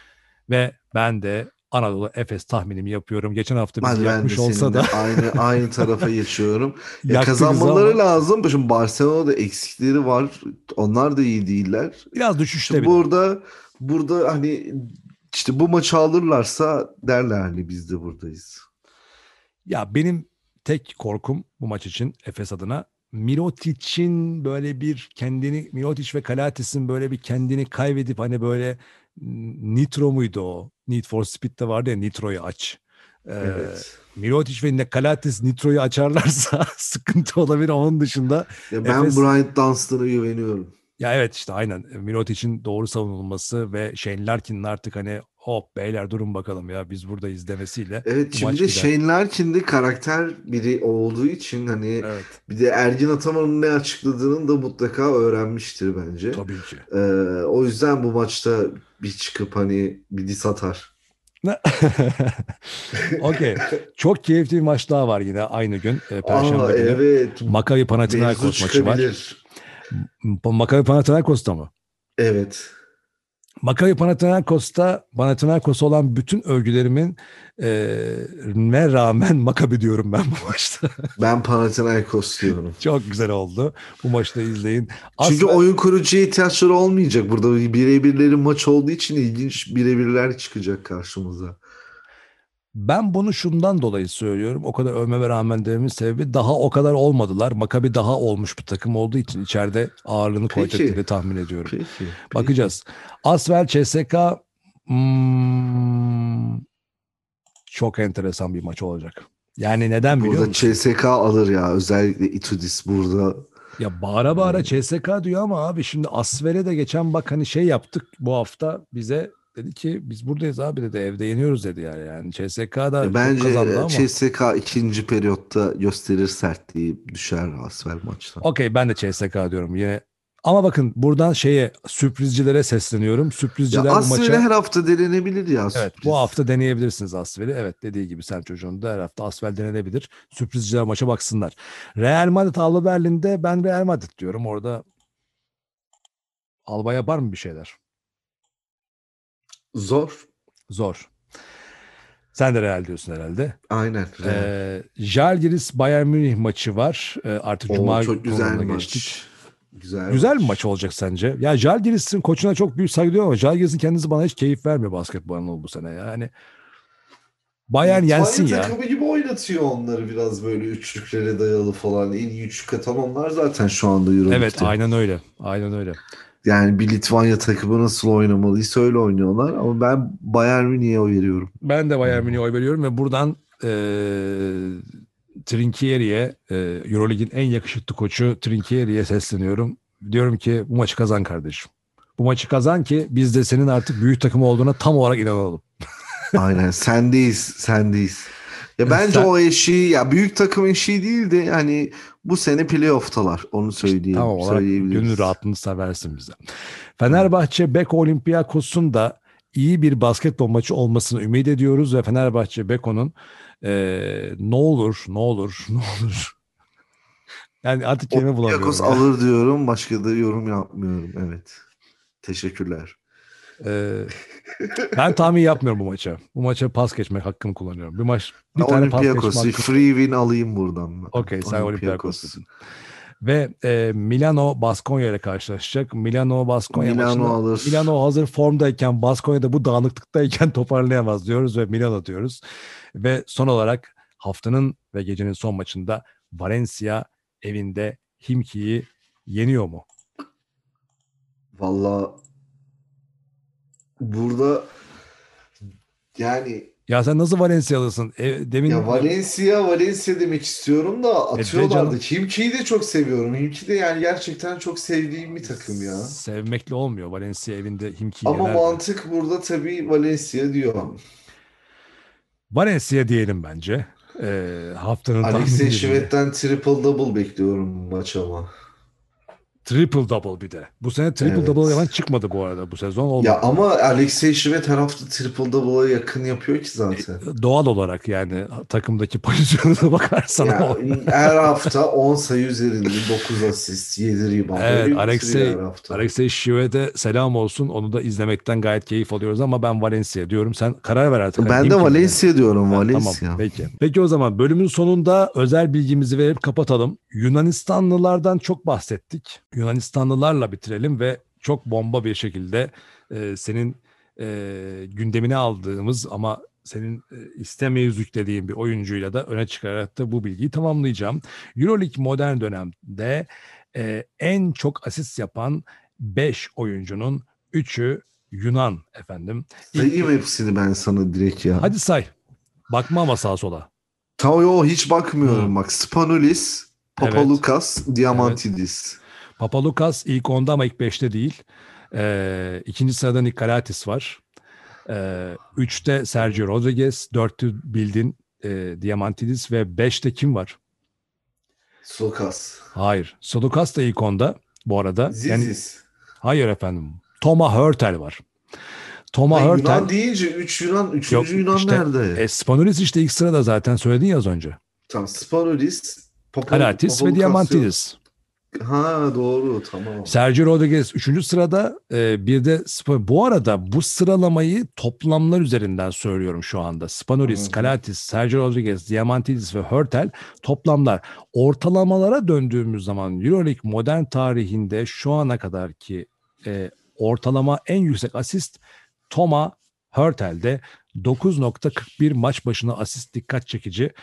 Ve ben de Anadolu Efes tahminimi yapıyorum. Geçen hafta bizi Ben yakmış de olsa da aynı tarafa geçiyorum. Yaktı Kazanmaları bizi ama lazım. Şimdi Barcelona'da eksikleri var. Onlar da iyi değiller. biraz düşüşte Şimdi bile. burada hani işte bu maçı alırlarsa derler hani biz de buradayız. Ya benim tek korkum bu maç için Efes adına Mirotic'in böyle bir kendini, Mirotic ve Kalatis'in böyle bir kendini kaybedip hani böyle Nitro muydu o? Need for Speed'de vardı ya, Nitro'yu aç. Evet. Mirotic ve Kalatis Nitro'yu açarlarsa sıkıntı olabilir. Onun dışında Ya ben Efes... Bryant Dunstan'a güveniyorum. Ya evet, işte aynen Mirotic'in doğru savunulması ve Shane Larkin'in artık hani hop beyler durun bakalım ya biz buradayız demesiyle Evet, bu şimdi maç de gider. Shane Larkin de karakter biri olduğu için hani Evet. bir de Ergin Ataman'ın ne açıkladığını da mutlaka öğrenmiştir bence. Tabii ki. O yüzden bu maçta bir çıkıp hani bir diss atar. Okey. Çok keyifli bir maç daha var yine aynı gün. Perşembe günü. Evet. Maccabi Panathinaikos maçı var. Maccabi Panathinaikos'ta mı? Evet. Maccabi Panathinaikos'ta olan bütün övgülerimin ne rağmen Maccabi diyorum ben bu maçta. Ben Panathinaikos diyorum. Çok güzel oldu. Bu maçı da izleyin. Çünkü oyun kurucuya ihtiyaçları olmayacak. Burada birebirlerin maç olduğu için ilginç birebirler çıkacak karşımıza. Ben bunu şundan dolayı söylüyorum. O kadar övmeme rağmen dememin sebebi daha o kadar olmadılar. Maccabi daha olmuş bir takım olduğu için içeride ağırlığını koyacak diye tahmin ediyorum. Peki. Bakacağız. Asvel CSKA çok enteresan bir maç olacak. Yani neden biliyor Burada musun? CSK alır ya. Özellikle Itudis burada. Ya bağıra bağıra CSKA diyor ama abi şimdi Asvel'e de geçen bak hani şey yaptık bu hafta bize dedi ki biz buradayız abi dedi evde yeniyoruz dedi yani CSKA da çok Bence kazandı ama. CSK ikinci periyotta gösterir sertliği, düşer Asvel maçtan. Okey ben de CSKA diyorum yine. Ama bakın buradan sürprizcilere sesleniyorum. Ya Sürprizciler bu Asvel'e maça her hafta denenebilir ya evet sürpriz. bu hafta deneyebilirsiniz Asvel'i. Evet dediği gibi sen çocuğun da her hafta Asvel denenebilir. Sürprizciler maça baksınlar. Real Madrid Alba Berlin'de ben Real Madrid diyorum. Orada Alba yapar mı bir şeyler? Zor. Zor. Sen de Real diyorsun herhalde. Aynen. Žalgiris Bayern Münih maçı var. Artık Cuma Çok güzel programına maç. geçtik. Güzel Güzel bir maç olacak sence? Ya Žalgiris'in koçuna çok büyük saygı duyuyorum ama Žalgiris'in kendisi bana hiç keyif vermiyor basketbolun bu sene. Yani Bayern yensin İtalya ya. takımı gibi oynatıyor onları biraz böyle üçlüklere dayalı falan. En iyi üçlük atan onlar zaten şu anda Euroleague'de. Evet aynen öyle. Aynen öyle. Yani bir Litvanya takımı nasıl oynamalıysa öyle oynuyorlar. Ama ben Bayern Münih'e oy veriyorum. Ben de Bayern Münih'e oy veriyorum ve buradan Trinchieri'ye Euroleague'in en yakışıklı koçu Trinchieri'ye sesleniyorum. Diyorum ki bu maçı kazan kardeşim. Bu maçı kazan ki biz de senin artık büyük takım olduğuna tam olarak inanalım. Aynen sendeyiz. Ya bence Sen- o eşiği ya büyük takım eşiği değil de yani bu sene playoff'talar onu Tam olarak söyleyebiliriz. gönül rahatlığını seversin bize. Fenerbahçe Beko Olympiakos'un da iyi bir basketbol maçı olmasını ümit ediyoruz ve Fenerbahçe Beko'nun ne olur yani artık kelime Olympiakos bulamıyorum ya. alır diyorum. Başka da yorum yapmıyorum. Evet. Teşekkürler. Ben tahmin yapmıyorum bu maça. Bu maça pas geçmek hakkımı kullanıyorum. Bir tane pas geçme Olympiakos'u hakkım. free win alayım buradan. Okey sen Olympiakos dedin. Ve Milano Baskonya ile karşılaşacak. Milano Baskonya Milano maçını alır. Milano hazır formdayken Baskonya'da bu dağınıklıktayken toparlayamaz diyoruz ve Milano diyoruz. Ve son olarak haftanın ve gecenin son maçında Valencia evinde Himki'yi yeniyor mu? Valla burada yani Ya sen nasıl Valencialısın? Demin ya Valencia demek istiyorum da atıyorlardı. canım. Himki'yi de çok seviyorum. Himki de yani gerçekten çok sevdiğim bir takım ya. Sevmekle olmuyor. Valencia evinde Himki'yi Ama yener mi? mantık burada tabii Valencia diyor. Valencia diyelim bence. Haftanın Alexey tahmini. Şivet'ten triple double bekliyorum maç ama. Triple double bir de. Bu sene triple double yapan Evet. çıkmadı bu arada. Bu sezon Ya olmadı. ama Alexey Şivet her hafta triple double'a yakın yapıyor ki zaten. Doğal olarak yani takımdaki pozisyonuna bakarsan Ya o. her hafta 10 sayı üzerinde 9 asist, 7 rebound. Evet Öyle bitiriyor her hafta. Alexey Şivet'e selam olsun. Onu da izlemekten gayet keyif alıyoruz ama ben Valencia diyorum. Sen karar ver artık. Ben de Valencia diyorum. Valencia. Tamam peki. Peki o zaman bölümün sonunda özel bilgimizi verip kapatalım. Yunanistanlılardan çok bahsettik. Yunanistanlılarla bitirelim ve çok bomba bir şekilde senin gündemine aldığımız ama senin istemeyiz yüklediğin bir oyuncuyla da öne çıkararak da bu bilgiyi tamamlayacağım. Euroleague modern dönemde en çok asist yapan 5 oyuncunun 3'ü Yunan efendim. Sayayım hepsini ben sana direkt ya. Hadi say. Bakma ama sağa sola. Tamam hiç bakmıyorum bak. Spanulis, Papaloukas, Diamantidis. Papaloukas ilk 10'da ama ilk 5'te değil. İkinci sırada Nikolatis var. 3'te Sergio Rodriguez, 4'te bildin Diamantidis ve 5'te kim var? Solukas. Hayır. Solukas da ilk 10'da bu arada. Zizis. Hayır efendim. Thomas Hurtel var. Thomas Hurtel. Yunan deyince 3 Yunan, 3. Yunan işte, nerede? Spanulis işte ilk sırada zaten söyledin ya az önce. Tamam Spanulis, Kalatis ve Diamantidis. Ha doğru tamam. Sergio Rodriguez 3. sırada bir de bu arada bu sıralamayı toplamlar üzerinden söylüyorum şu anda. Spanulis, Kalatis, Sergio Rodriguez, Diamantidis ve Hurtel toplamlar. Ortalamalara döndüğümüz zaman Euroleague modern tarihinde şu ana kadarki ortalama en yüksek asist Thomas Hurtel'de 9.41 maç başına asist dikkat çekici.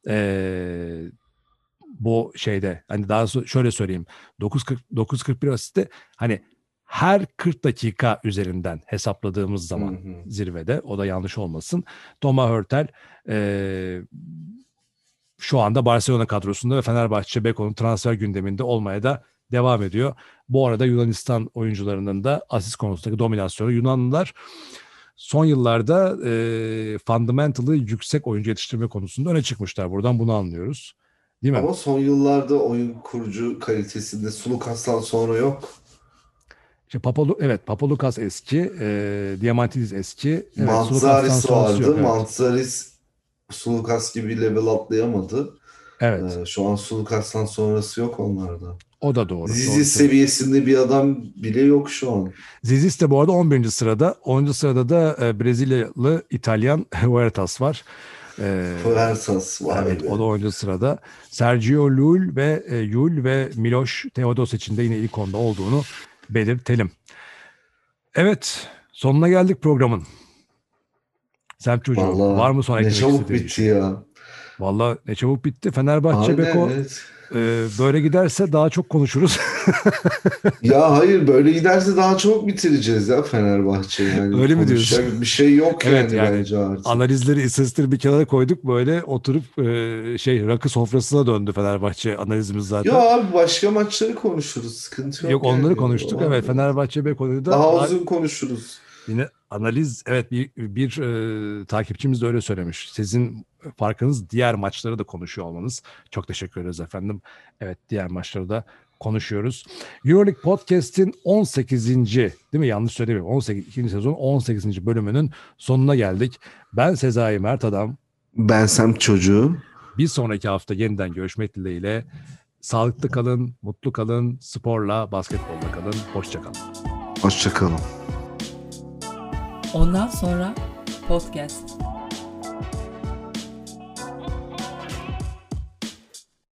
Bu şeyde hani daha şöyle söyleyeyim 9.41 asiste hani her 40 dakika üzerinden hesapladığımız zaman zirvede, o da yanlış olmasın. Thomas Hürtel şu anda Barcelona kadrosunda ve Fenerbahçe Beko'nun transfer gündeminde olmaya da devam ediyor. Bu arada Yunanistan oyuncularının da asist konusundaki dominasyonu, Yunanlılar son yıllarda fundamental'ı yüksek oyuncu yetiştirme konusunda öne çıkmışlar. Buradan bunu anlıyoruz. Değil mi? Ama son yıllarda oyun kurucu kalitesinde Sulukas'tan sonra yok. İşte Papaloukas eski, Diamantidis eski. Evet, Mantzaris vardı. Yok, evet. Mantzaris Sulukas gibi level atlayamadı. Evet. Şu an Sulukas'tan sonrası yok onlarda. O da doğru. Zizis seviyesinde bir adam bile yok şu an. Zizis de bu arada 11. sırada. 10. sırada da Brezilyalı İtalyan Huertas var. Huertas var. Evet, o da 10. sırada. Sergio Llull ve Miloš Teodosic'in de yine ilk 10'da olduğunu belirtelim. Evet, sonuna geldik programın. Semt çocuğu. Vallahi Var mı son eklemek ne çabuk istediğin bitti şey? ya. Vallahi ne çabuk bitti. Fenerbahçe Beko Evet. böyle giderse daha çok konuşuruz. Ya hayır, böyle giderse daha çok bitireceğiz ya Fenerbahçe yani. Öyle mi diyorsun? Konuşacak bir şey yok Evet, yani yani bence artık. analizleri, istatistikleri bir kenara koyduk. Böyle oturup rakı sofrasına döndü Fenerbahçe analizimiz zaten. Ya abi başka maçları konuşuruz. Sıkıntı yok. Yok, onları yani. konuştuk. Evet, Fenerbahçe Beko'yu da Daha uzun konuşuruz. yine analiz, evet, bir takipçimiz de öyle söylemiş. Sizin farkınız diğer maçları da konuşuyor olmanız. Çok teşekkür ederiz efendim. Evet, diğer maçları da konuşuyoruz. Euroleague Podcast'in 18. değil mi? Yanlış söylemiyorum. 2. sezon 18. bölümünün sonuna geldik. Ben Sezai Mert Adam. Ben Semt çocuğu. Bir sonraki hafta yeniden görüşmek dileğiyle. Sağlıklı kalın, mutlu kalın, sporla, basketbolla kalın. Hoşça kalın. Hoşça kalın. Ondan sonra podcast.